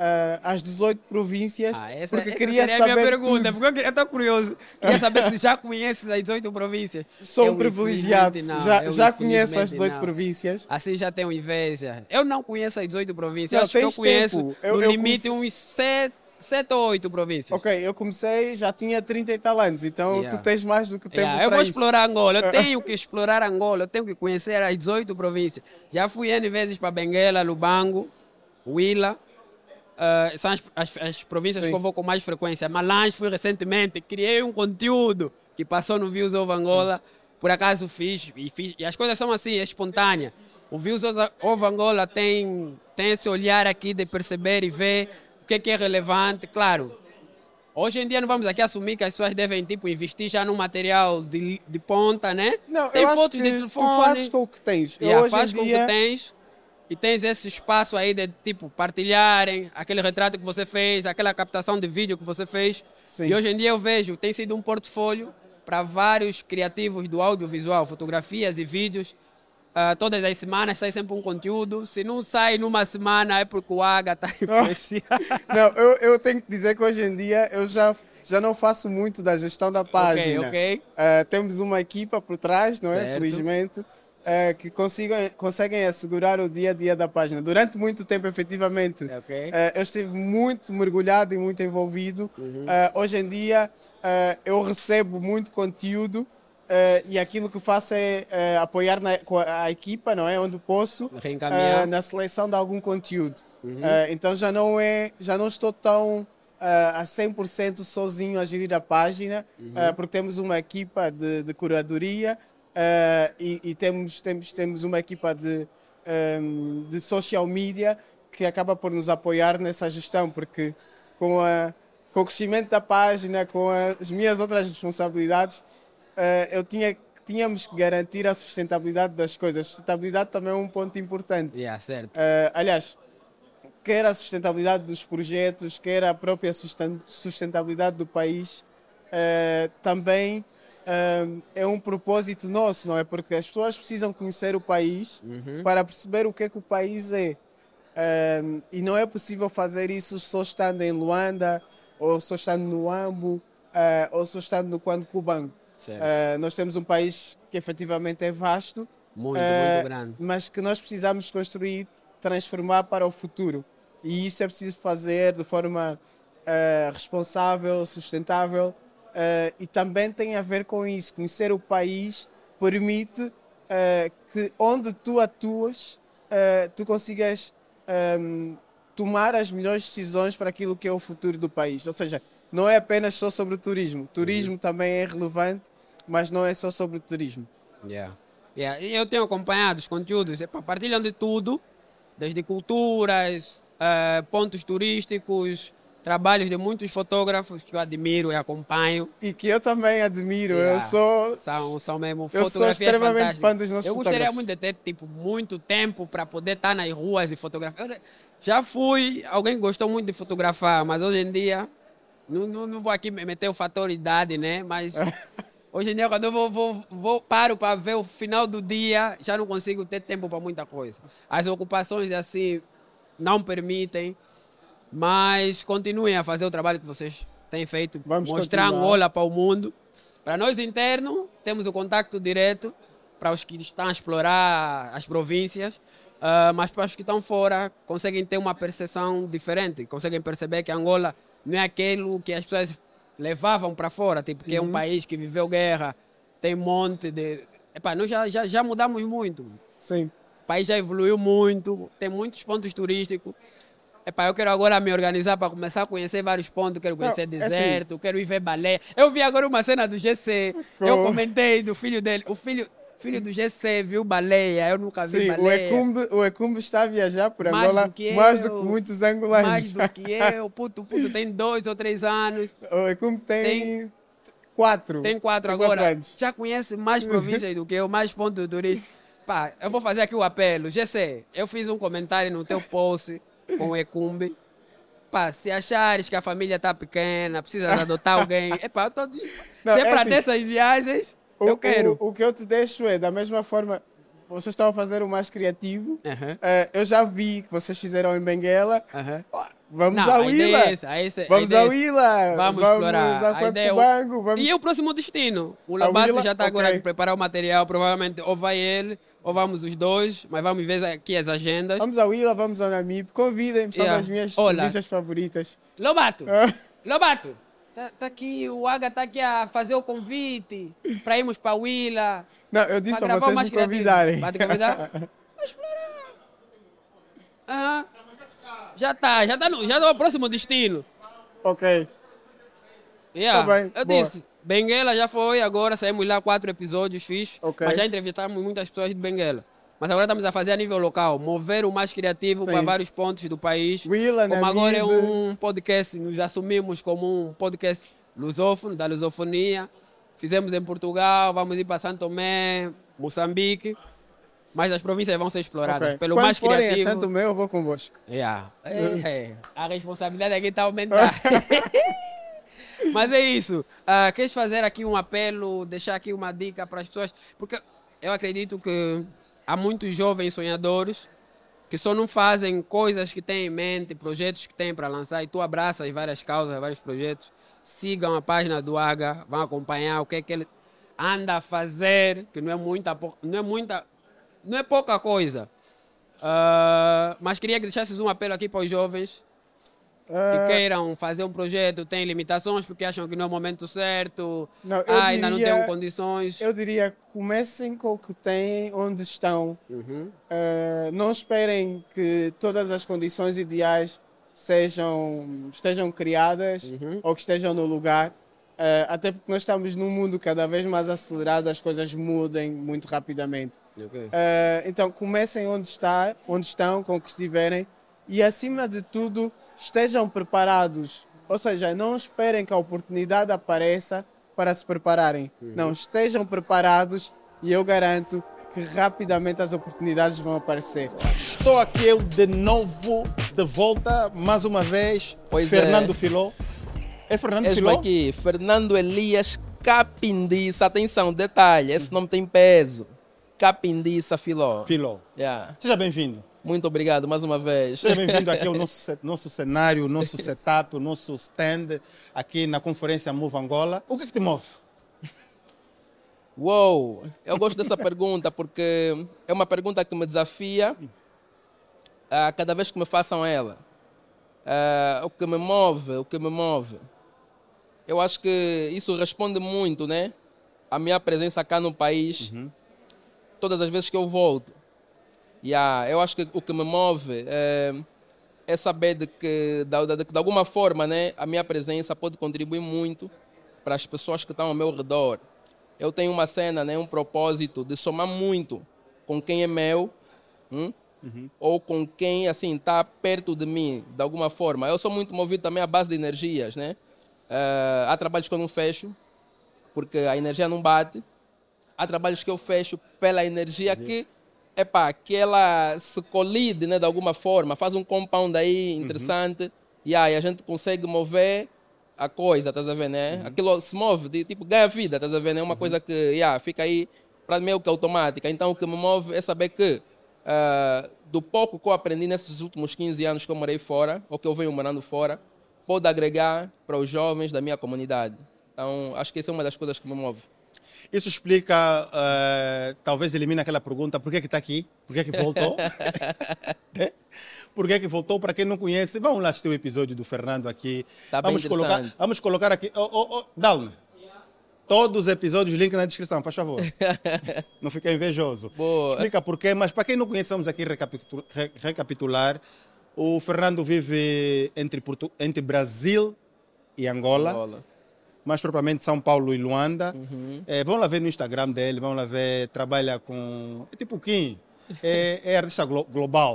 C: as dezoito províncias,
A: Ah, essa,
C: porque
A: essa
C: queria
A: seria
C: saber
A: a minha pergunta,
C: tudo.
A: porque eu estou curioso. Queria saber se já conheces as dezoito províncias.
C: Sou
A: Eu,
C: um privilegiado,
A: infelizmente, não.
C: já,
A: Eu,
C: já conheço as
A: infelizmente,
C: dezoito
A: não.
C: províncias.
A: Assim já tenho inveja. Eu não conheço as dezoito províncias.
C: Não,
A: Acho que eu
C: tens
A: conheço
C: tempo. Eu-
A: no
C: eu
A: limite
C: comece-
A: uns sete, sete ou oito províncias.
C: Ok, eu comecei, já tinha trinta e tal anos, então
A: Yeah.
C: tu tens mais do que tempo
A: Yeah, eu
C: para
A: vou
C: isso.
A: explorar Angola, eu tenho que explorar Angola, eu tenho que conhecer as dezoito províncias. Já fui N vezes para Benguela, Lubango, Huila. Uh, são as, as, as províncias
C: Sim.
A: que eu vou com mais frequência. Malange fui recentemente, criei um conteúdo que passou no Views of Angola. Por acaso fiz e, fiz, e as coisas são assim, é espontânea. O Views of Angola tem, tem esse olhar aqui de perceber e ver o que é, que é relevante. Claro, hoje em dia não vamos aqui assumir que as pessoas devem tipo, investir já num material de, de ponta, né?
C: Não,
A: tem
C: eu acho
A: fotos
C: que
A: de
C: tu
A: telefone.
C: fazes com o que tens. Eu
A: Yeah,
C: hoje
A: faz
C: em
A: com o
C: dia,
A: que tens e tens esse espaço aí de tipo partilharem aquele retrato que você fez, aquela captação de vídeo que você fez.
C: Sim.
A: E hoje em dia eu vejo, tem sido um portfólio para vários criativos do audiovisual, fotografias e vídeos. Ah, todas as semanas sai sempre um conteúdo. Se não sai numa semana é porque o Aga está influenciado.
C: Não, eu, eu tenho que dizer que hoje em dia eu já, já não faço muito da gestão da página.
A: ok.
C: Uh, temos uma equipa por trás, não é?
A: Certo.
C: Felizmente, uh, que consigam, conseguem assegurar o dia a dia da página. Durante muito tempo, efetivamente,
A: Ok.
C: uh, eu estive muito mergulhado e muito envolvido.
A: Uhum.
C: Uh, hoje em dia, uh, eu recebo muito conteúdo. Uh, e aquilo que faço é uh, apoiar na, com a, a equipa, não é? Onde posso,
A: Reencaminhar.
C: uh, na seleção de algum conteúdo.
A: Uhum.
C: Uh, então já não é, já não estou tão uh, a cem por cento sozinho a gerir a página,
A: Uhum.
C: uh, porque temos uma equipa de, de curadoria uh, e, e temos, temos, temos uma equipa de, um, de social media que acaba por nos apoiar nessa gestão, porque com, a, com o crescimento da página, com as minhas outras responsabilidades, Uh, eu tinha, tínhamos que garantir a sustentabilidade das coisas. A sustentabilidade também é um ponto importante.
A: Yeah, certo.
C: Uh, aliás, quer a sustentabilidade dos projetos, quer a própria susten- sustentabilidade do país, uh, também uh, é um propósito nosso, não é? Porque as pessoas precisam conhecer o país
A: Uhum.
C: para perceber o que é que o país é. Um, e não é possível fazer isso só estando em Luanda, ou só estando no Ambo, uh, ou só estando no Quando Cubango.
A: Certo.
C: Uh, nós temos um país que efetivamente é vasto,
A: Muito,
C: uh,
A: muito grande.
C: mas que nós precisamos construir, transformar para o futuro. E isso é preciso fazer de forma uh, responsável, sustentável, uh, e também tem a ver com isso, conhecer o país permite eh, que onde tu atuas, eh, tu consigas ehm, tomar as melhores decisões para aquilo que é o futuro do país. Ou seja, não é apenas só sobre o turismo. Turismo também é relevante, mas não é só sobre o turismo.
A: Yeah. Yeah. E eu tenho acompanhado os conteúdos, epa, partilham de tudo, desde culturas, eh, pontos turísticos, trabalhos de muitos fotógrafos que eu admiro e acompanho.
C: E que eu também admiro.
A: Yeah.
C: Eu sou...
A: São, são mesmo
C: Eu sou
A: fotografias
C: extremamente
A: fantásticas.
C: fã dos nossos
A: Eu gostaria
C: fotógrafos.
A: muito de ter tipo, muito tempo para poder estar nas ruas e fotografar. Eu já fui alguém que gostou muito de fotografar, mas hoje em dia, não, não, não vou aqui meter o fator idade, né? Mas hoje em dia, quando eu vou, vou, vou paro para ver o final do dia, já não consigo ter tempo para muita coisa. As ocupações assim não permitem, mas continuem a fazer o trabalho que vocês têm feito,
C: Vamos
A: mostrar
C: continuar.
A: Angola para o mundo. Para nós internos, temos o contato direto para os que estão a explorar as províncias, uh, mas para os que estão fora, conseguem ter uma percepção diferente, conseguem perceber que Angola não é aquilo que as pessoas levavam para fora, tipo, que é um país que viveu guerra, tem um monte de... Epá, nós já, já, já mudamos muito.
C: Sim.
A: O país já evoluiu muito, tem muitos pontos turísticos. Epá, eu quero agora me organizar para começar a conhecer vários pontos. Quero conhecer
C: Não, é
A: deserto, quero ir ver balé. Eu vi agora uma cena do G C. Eu
C: Como?
A: comentei do filho dele. O filho, filho do G C viu baleia. Eu nunca vi
C: Sim, o
A: baleia.
C: Ecumbe, o Ecumbe está a viajar por
A: Mais
C: Angola
A: do que
C: mais do
A: eu,
C: que muitos angolanos.
A: Mais do que eu. Puto, puto, tem dois ou três anos.
C: O Ecumbe tem,
A: Tem-
C: quatro.
A: Tem quatro
C: Tem
A: agora.
C: anos.
A: Já conhece mais províncias do que eu, mais pontos turísticos. Pá, eu vou fazer aqui o apelo. G C, eu fiz um comentário no teu post com o Ecumbe. Pá, se achares que a família está pequena, precisa de adotar alguém. Epá, eu tô...
C: Não,
A: se é,
C: é
A: para
C: assim,
A: ter essas viagens,
C: O,
A: eu quero.
C: O, o que eu te deixo é, da mesma forma, vocês estão a fazer o mais criativo.
A: Aham.
C: Eh, eu já vi que vocês fizeram em Benguela.
A: Aham.
C: Ó, Vamos
A: Não,
C: ao
A: a ideia
C: Ila.
A: é essa, a essa- a
C: Vamos
A: ideia é
C: ao
A: essa.
C: Ila.
A: Vamos explorar.
C: Vamos
A: A
C: ao
A: ideia é o-
C: Bango. Vamos...
A: E o próximo destino? O
C: A
A: Lobato
C: Willa?
A: já está agora
C: Ok.
A: a preparar o material, provavelmente ou vai ele, ou vamos os dois, mas vamos ver aqui as agendas.
C: Vamos ao Ila, vamos ao Namib. Convidem-me, são
A: Yeah.
C: das minhas
A: Olá.
C: províncias favoritas.
A: Lobato!
C: Ah.
A: Lobato! Tá, tá aqui, o Aga tá aqui a fazer o convite para irmos para o Willa.
C: Não, eu disse
A: Pra
C: para
A: gravar
C: vocês
A: o mais
C: me
A: criativo.
C: convidarem.
A: Vai te convidar? Vai explorar. Aham. Já tá, já tá no, já no próximo destino.
C: Ok.
A: Yeah.
C: Tá bem,
A: Eu
C: boa.
A: disse, Benguela já foi, agora saímos lá quatro episódios, fiz.
C: Ok.
A: Mas já entrevistamos muitas pessoas de Benguela. Mas agora estamos a fazer a nível local, mover o mais criativo
C: Sim.
A: para vários pontos do país.
C: Willa,
A: Como agora é
C: Namibe.
A: um podcast, nos assumimos como um podcast lusófono, da lusofonia. Fizemos em Portugal, vamos ir para Santo Tomé, Moçambique. Mas as províncias vão ser exploradas
C: Ok.
A: pelo
C: Quando
A: mais
C: forem
A: criativo.
C: a Santo Meu, eu vou convosco.
A: Yeah. É, é. A responsabilidade aqui está a aumentar. Mas é isso. Ah, queres fazer aqui um apelo, deixar aqui uma dica para as pessoas? Porque eu acredito que há muitos jovens sonhadores que só não fazem coisas que têm em mente, projetos que têm para lançar, e tu abraças várias causas, vários projetos. Sigam a página do Aga, vão acompanhar o que é que ele anda a fazer, que não é muita, pou- não é muita, não é pouca coisa. Ah, mas queria que deixasses um apelo aqui para os jovens que
C: Ah,
A: queiram fazer um projeto, têm limitações porque acham que não é o momento certo,
C: Não, eu
A: ah, ainda não
C: diria-
A: têm condições.
C: eu diria, comecem com o que têm, onde estão.
A: Uhum.
C: Ah, não esperem que todas as condições ideais sejam, estejam criadas
A: Uhum.
C: ou que estejam no lugar. Ah, até porque nós estamos num mundo cada vez mais acelerado, as coisas mudem muito rapidamente.
A: Ok.
C: Uh, então comecem onde, está, onde estão, com o que estiverem e acima de tudo estejam preparados. Ou seja, não esperem que a oportunidade apareça para se prepararem. Não, estejam preparados e eu garanto que rapidamente as oportunidades vão aparecer.
D: Estou aqui eu de novo, de volta, mais uma vez,
E: Pois
D: Fernando
E: é.
D: Filó. É Fernando
E: Esmo
D: Filó?
E: aqui, Fernando Elias Capindiça. Atenção, detalhe, esse nome tem peso. Capindiça Filó.
D: Filó.
E: Yeah.
D: Seja bem-vindo.
E: Muito obrigado mais uma vez.
D: Seja bem-vindo aqui ao nosso, ce- nosso cenário, o nosso setup, o nosso stand aqui na conferência Move Angola. O que, é que te move?
E: Uou, eu gosto dessa pergunta porque é uma pergunta que me desafia a cada vez que me façam ela. Ah, o que me move, o que me move. Eu acho que isso responde muito, né? a minha presença cá no país,
D: Uhum.
E: todas as vezes que eu volto. Yeah, eu acho que o que me move é, é saber de que, de, de, de alguma forma, né, a minha presença pode contribuir muito para as pessoas que estão ao meu redor. Eu tenho uma cena, né, um propósito de somar muito com quem é meu, hum? Uhum. Ou com quem assim está perto de mim, de alguma forma. Eu sou muito movido também à base de energias, né? Uh, há trabalhos que eu não fecho, porque a energia não bate. Há trabalhos que eu fecho pela energia uhum. que, epá, que ela se colide, né, de alguma forma, faz um compound aí interessante, uhum. e aí a gente consegue mover a coisa, estás a ver, né? Uhum. Aquilo se move, de, tipo, ganha vida, estás a ver, né? Uma uhum. coisa que yeah, fica aí para meio que automática. Então o que me move é saber que uh, do pouco que eu aprendi nesses últimos quinze anos que eu morei fora, ou que eu venho morando fora, pode agregar para os jovens da minha comunidade. Então acho que essa é uma das coisas que me move.
D: Isso explica, uh, talvez elimine aquela pergunta, por que que está aqui? Por que que voltou? Por que que voltou? Para quem não conhece, vamos lá assistir o episódio do Fernando aqui.
E: Tá
D: vamos, colocar, vamos colocar aqui, oh, oh, oh, Dalme, todos os episódios, link na descrição, por favor. Não fique invejoso.
E: Boa.
D: Explica por quê, mas para quem não conhece, vamos aqui recapitular. recapitular. O Fernando vive entre, Portu entre Brasil e Angola. Angola. Mais propriamente São Paulo e Luanda. Uhum. É, vão lá ver no Instagram dele, vão lá ver, trabalha com... É tipo Kim, é, é artista glo global.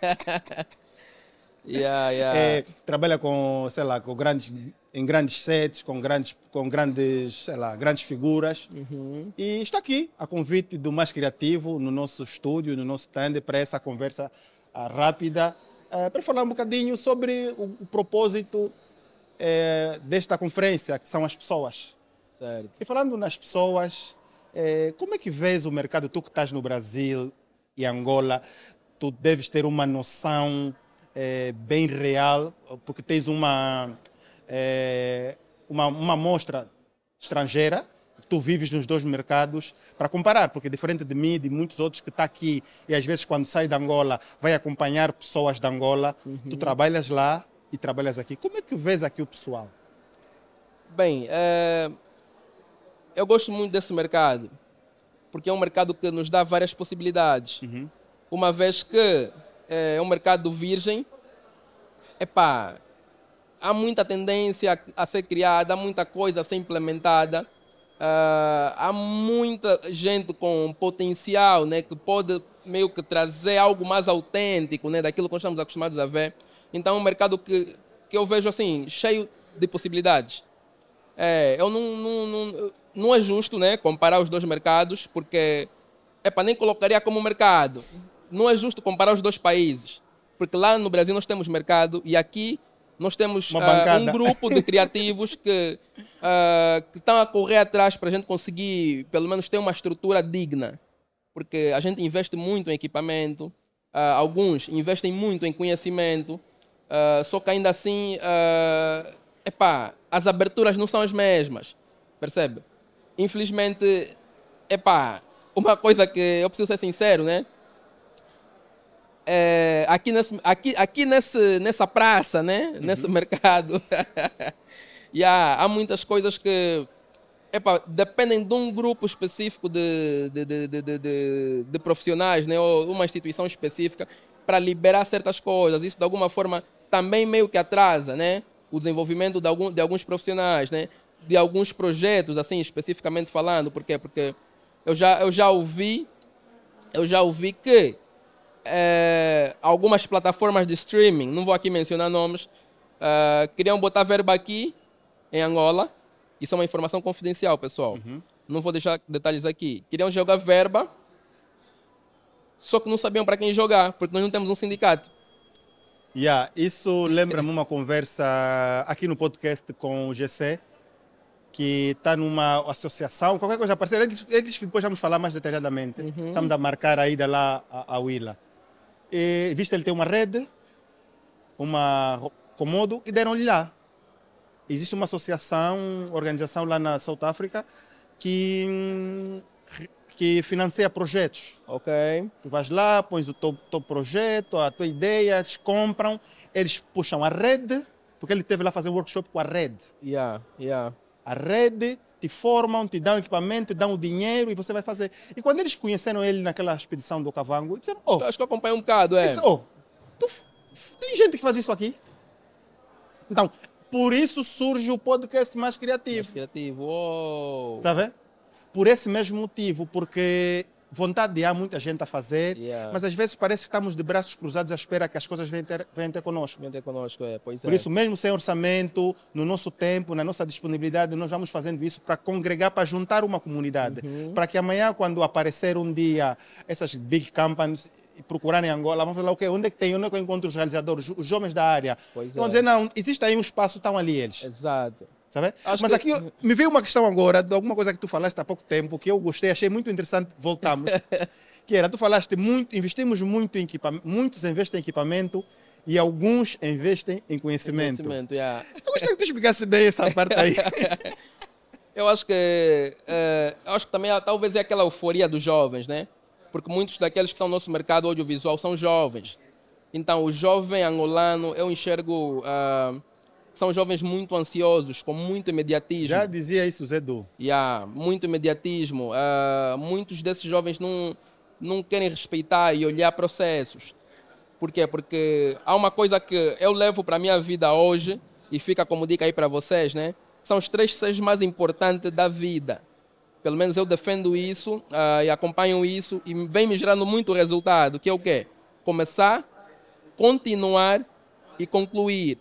E: yeah, yeah.
D: É, trabalha com, sei lá, com grandes, em grandes sets, com grandes, com grandes, sei lá, grandes figuras. Uhum. E está aqui, a convite do Mais Criativo, no nosso estúdio, no nosso stand, para essa conversa uh, rápida, uh, para falar um bocadinho sobre o, o propósito É, desta conferência, que são as pessoas.
E: Certo.
D: E falando nas pessoas, é, como é que vês o mercado? Tu que estás no Brasil e Angola, tu deves ter uma noção é, bem real, porque tens uma, é, uma, uma amostra estrangeira, tu vives nos dois mercados, para comparar, porque diferente de mim e de muitos outros que estão aqui, e às vezes quando sai de Angola, vai acompanhar pessoas de Angola, uhum. tu trabalhas lá, e trabalhas aqui. Como é que vês aqui o pessoal?
E: Bem, é... eu gosto muito desse mercado, porque é um mercado que nos dá várias possibilidades. Uhum. Uma vez que é um mercado virgem, epá, há muita tendência a ser criada, há muita coisa a ser implementada, uh, há muita gente com potencial, né, que pode meio que trazer algo mais autêntico, né, daquilo que nós estamos acostumados a ver. Então é um mercado que, que eu vejo assim, cheio de possibilidades. É, eu não, não, não, não é justo, né, comparar os dois mercados, porque epa, nem colocaria como mercado. Não é justo comparar os dois países, porque lá no Brasil nós temos mercado e aqui nós temos uh, um grupo de criativos que, uh, que estão a correr atrás para a gente conseguir, pelo menos, ter uma estrutura digna. Porque a gente investe muito em equipamento, uh, alguns investem muito em conhecimento, Uh, só que ainda assim, uh, epá, as aberturas não são as mesmas, percebe? Infelizmente, epá, uma coisa que eu preciso ser sincero, né? É, aqui nesse, aqui, aqui nesse, nessa praça, né? Uhum. Nesse mercado, yeah, há muitas coisas que epá, dependem de um grupo específico de, de, de, de, de, de, de profissionais, né? Ou uma instituição específica para liberar certas coisas. Isso de alguma forma também meio que atrasa, né, o desenvolvimento de, algum, de alguns profissionais, né, de alguns projetos, assim, especificamente falando. Por quê? Porque eu já, eu já ouvi, eu já ouvi que é, algumas plataformas de streaming, não vou aqui mencionar nomes, é, queriam botar verba aqui em Angola. Isso é uma informação confidencial, pessoal. Uhum. Não vou deixar detalhes aqui. Queriam jogar verba, só que não sabiam para quem jogar, porque nós não temos um sindicato.
D: Yeah, isso lembra-me uma conversa aqui no podcast com o G C, que está numa associação, qualquer coisa parecida. Eles, eles que depois vamos falar mais detalhadamente. Uhum. Estamos a marcar a ida lá à Willa. E, viste, ele tem uma rede, uma comodo, e deram-lhe lá. Existe uma associação, organização lá na South África, que... que financia projetos.
E: Ok.
D: Tu vais lá, pões o teu, teu projeto, a tua ideia, eles compram, eles puxam a rede, porque ele teve lá fazer um workshop com a rede.
E: Yeah, yeah.
D: A rede te formam, te dão equipamento, te dão o dinheiro e você vai fazer. E quando eles conheceram ele naquela expedição do Okavango, disseram, oh,
E: Acho que eu acompanho um bocado, é.
D: disse, oh tu, tem gente que faz isso aqui? Então, por isso surge o podcast Mais Criativo.
E: Mais criativo, uou.
D: Sabe? Por esse mesmo motivo, porque vontade há muita gente a fazer,
E: Yeah.
D: mas às vezes parece que estamos de braços cruzados à espera que as coisas venham ter, venham ter connosco.
E: Vem ter connosco, é. Pois
D: Por
E: é.
D: isso, mesmo sem orçamento, no nosso tempo, na nossa disponibilidade, nós vamos fazendo isso para congregar, para juntar uma comunidade.
E: Uhum.
D: Para que amanhã, quando aparecer um dia essas big companies e procurarem Angola, vão falar, ok, onde é que tem, onde é que eu encontro os realizadores, os jovens da área?
E: Pois
D: Vão
E: é.
D: dizer, não, existe aí um espaço, estão ali eles.
E: Exato.
D: Sabe?
E: Acho
D: Mas
E: que-
D: aqui me veio uma questão agora, de alguma coisa que tu falaste há pouco tempo, que eu gostei, achei muito interessante, voltamos. Que era, tu falaste muito, investimos muito em equipamento, muitos investem em equipamento e alguns investem em conhecimento.
E: Conhecimento, yeah.
D: Eu gostaria que tu explicasse bem essa parte aí.
E: Eu acho que eh, eu acho que também ah, talvez é aquela euforia dos jovens, né? Porque muitos daqueles que estão no nosso mercado audiovisual são jovens. Então, o jovem angolano, eu enxergo, ah, são jovens muito ansiosos, com muito imediatismo.
D: Já dizia isso, Zé Du.
E: Yeah, muito imediatismo. Ah, muitos desses jovens não, não querem respeitar e olhar processos. Por quê? Porque há uma coisa que eu levo para a minha vida hoje e fica como dica aí para vocês, né? São os três Cs mais importantes da vida. Pelo menos eu defendo isso ah, e acompanho isso e vem me gerando muito resultado, que é o quê? Começar, continuar e concluir.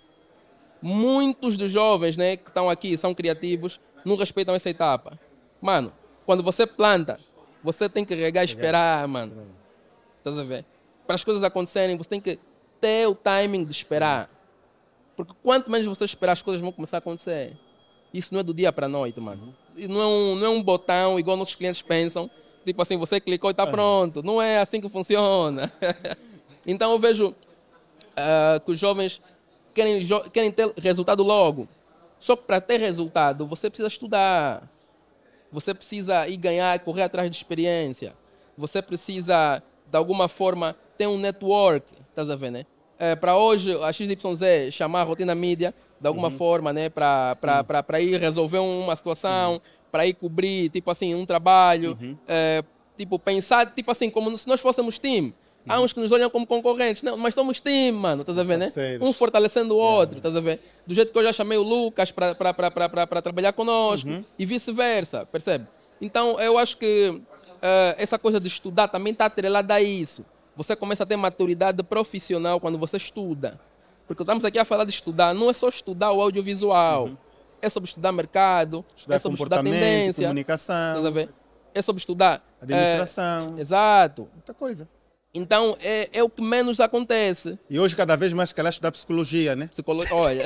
E: Muitos dos jovens, né, que estão aqui, são criativos, não respeitam essa etapa. Mano, quando você planta, você tem que regar e esperar, mano. Estás a ver? Para as coisas acontecerem, você tem que ter o timing de esperar. Porque quanto menos você esperar, as coisas vão começar a acontecer. Isso não é do dia para a noite, mano. E não é um, não é um botão, igual nossos clientes pensam. Tipo assim, você clicou e está pronto. Não é assim que funciona. Então eu vejo ah, que os jovens querem, jo- querem ter resultado logo. Só que para ter resultado, você precisa estudar. Você precisa ir ganhar, correr atrás de experiência. Você precisa, de alguma forma, ter um network. Estás a ver, né? É, para hoje, a X Y Z chamar a rotina mídia, de alguma forma, né? Para para ir resolver uma situação, para ir cobrir, tipo assim, um trabalho. É, tipo, pensar, tipo assim, como se nós fôssemos time. Há uns que nos olham como concorrentes, não, mas somos time, mano, estás a ver, né?
D: Parceiros.
E: Um fortalecendo o outro, estás a ver? Do jeito que eu já chamei o Lucas para trabalhar conosco e vice-versa, percebe? Então, eu acho que eh, essa coisa de estudar também está atrelada a isso. Você começa a ter maturidade profissional quando você estuda. Porque estamos aqui a falar de estudar, não é só estudar o audiovisual. É sobre estudar mercado,
D: Estudar
E: é sobre estudar
D: comportamento,
E: tendência, estás a
D: comunicação,
E: ver? É sobre estudar... eh,
D: administração,
E: exato.
D: muita coisa.
E: Então, é, é o que menos acontece.
D: E hoje, cada vez mais, que ela estuda psicologia, né?
E: Psicolo... Olha,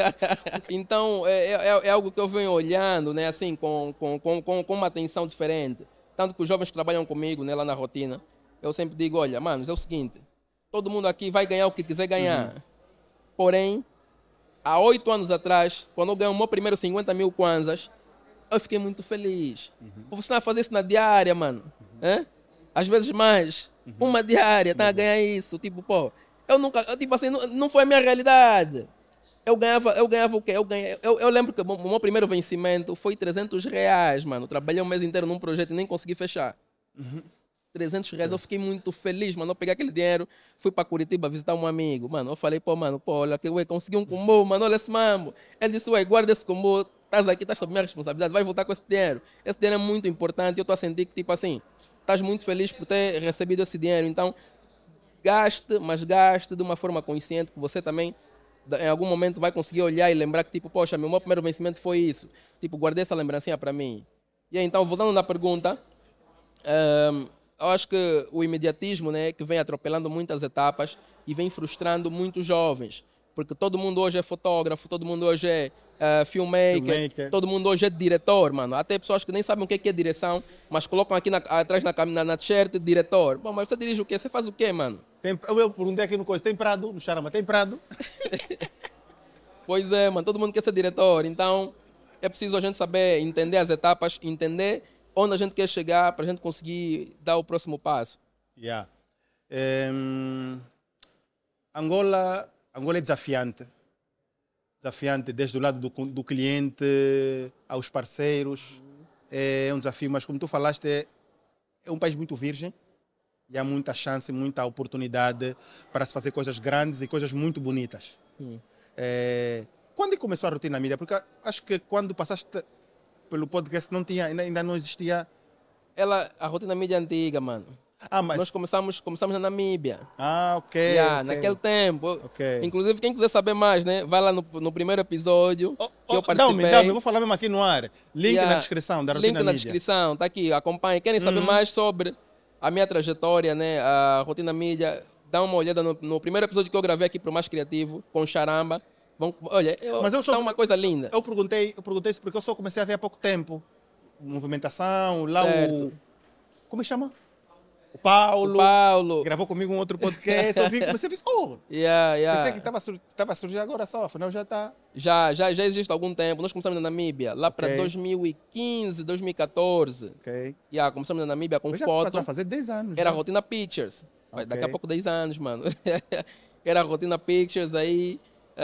E: então é, é, é algo que eu venho olhando, né, assim, com, com, com, com com uma atenção diferente. Tanto que os jovens que trabalham comigo, né, lá na rotina, eu sempre digo, olha, manos, é o seguinte, todo mundo aqui vai ganhar o que quiser ganhar.
D: Uhum.
E: Porém, há oito anos atrás, quando eu ganhei o meu primeiro cinquenta mil kwanzas, eu fiquei muito feliz.
D: Uhum.
E: Você vai fazer isso na diária, mano. Hã? Às vezes mais.
D: Uhum.
E: Uma diária, tá a ganhar isso. Tipo, pô, eu nunca, eu, tipo assim, não, não foi a minha realidade. Eu ganhava, eu ganhava o quê? Eu, ganhei, eu, eu lembro que o meu, o meu primeiro vencimento foi trezentos reais, mano. Trabalhei um mês inteiro num projeto e nem consegui fechar. trezentos reais, eu fiquei muito feliz, mano. Eu peguei aquele dinheiro, fui para Curitiba visitar um amigo. Mano, eu falei, pô, mano, pô, olha, que ué, consegui um combo, mano, olha esse mambo. Ele disse, ué, guarda esse combo, estás aqui, estás sob minha responsabilidade, vai voltar com esse dinheiro. Esse dinheiro é muito importante, eu estou a sentir que, tipo assim, estás muito feliz por ter recebido esse dinheiro. Então, gaste, mas gaste de uma forma consciente, que você também, em algum momento, vai conseguir olhar e lembrar que, tipo, poxa, meu, meu primeiro vencimento foi isso. Tipo, guardei essa lembrancinha para mim. E aí, então, voltando na pergunta, ehm, eu acho que o imediatismo, né, que vem atropelando muitas etapas e vem frustrando muitos jovens. Porque todo mundo hoje é fotógrafo, todo mundo hoje é uh, filmmaker,
D: Filmmaker.
E: todo mundo hoje é diretor, mano. Até pessoas que nem sabem o que é direção, mas colocam aqui na, atrás na, na, na t-shirt diretor. Bom, mas você dirige o quê? Você faz o quê, mano?
D: Tem, eu perguntei aqui no coisa, tem Prado? No Charama, tem Prado?
E: Pois é, mano, todo mundo quer ser diretor. Então, é preciso a gente saber entender as etapas, entender onde a gente quer chegar para a gente conseguir dar o próximo passo.
D: Yeah. Em, Angola, Angola é desafiante. desafiante desde o lado do, co- do cliente aos parceiros. É um desafio, mas como tu falaste, é, é um país muito virgem e há muita chance, muita oportunidade para se fazer coisas grandes e coisas muito bonitas.
E: Hum.
D: É, quando é que começou a Rotina Mídia? Porque acho que quando passaste pelo podcast não tinha, ainda, ainda não existia...
E: Ela, a rotina mídia é antiga, mano.
D: Ah, mas...
E: Nós começamos, começamos na Namíbia.
D: Ah, ok.
E: Yeah,
D: ok.
E: Naquele tempo.
D: Ok.
E: Inclusive, quem quiser saber mais, né? Vai lá no, no primeiro episódio
D: Oh,
E: que
D: oh,
E: eu
D: Dá-me,
E: participei.
D: dá-me, eu vou falar mesmo aqui no ar. Link
E: Yeah.
D: na descrição da
E: Link
D: Rotina
E: na
D: Mídia.
E: descrição, tá aqui, acompanhe. Querem saber mais sobre a minha trajetória, né? A Rotina Mídia, dá uma olhada no, no primeiro episódio que eu gravei aqui pro Mais Criativo, com o Charamba. Vão, olha, eu,
D: Mas eu só-
E: tá uma coisa linda.
D: Eu perguntei, eu perguntei isso porque eu só comecei a ver há pouco tempo. Movimentação, lá
E: Certo.
D: o... Como chama? O Paulo.
E: O Paulo.
D: Gravou comigo um outro podcast. Eu vi, comecei a ver, oh,
E: Yeah, yeah.
D: pensei que estava sur tava a surgir agora só, afinal já está.
E: Já, já, já existe há algum tempo. Nós começamos na Namíbia, lá para
D: Ok.
E: dois mil e quinze, dois mil e catorze.
D: Ok.
E: Yeah, começamos na Namíbia com
D: Mas já
E: foto.
D: passou a fazer dez anos.
E: Era a
D: já.
E: Rotina Pictures. Vai, Daqui a
D: Ok.
E: pouco dez anos, mano. Era a Rotina Pictures, aí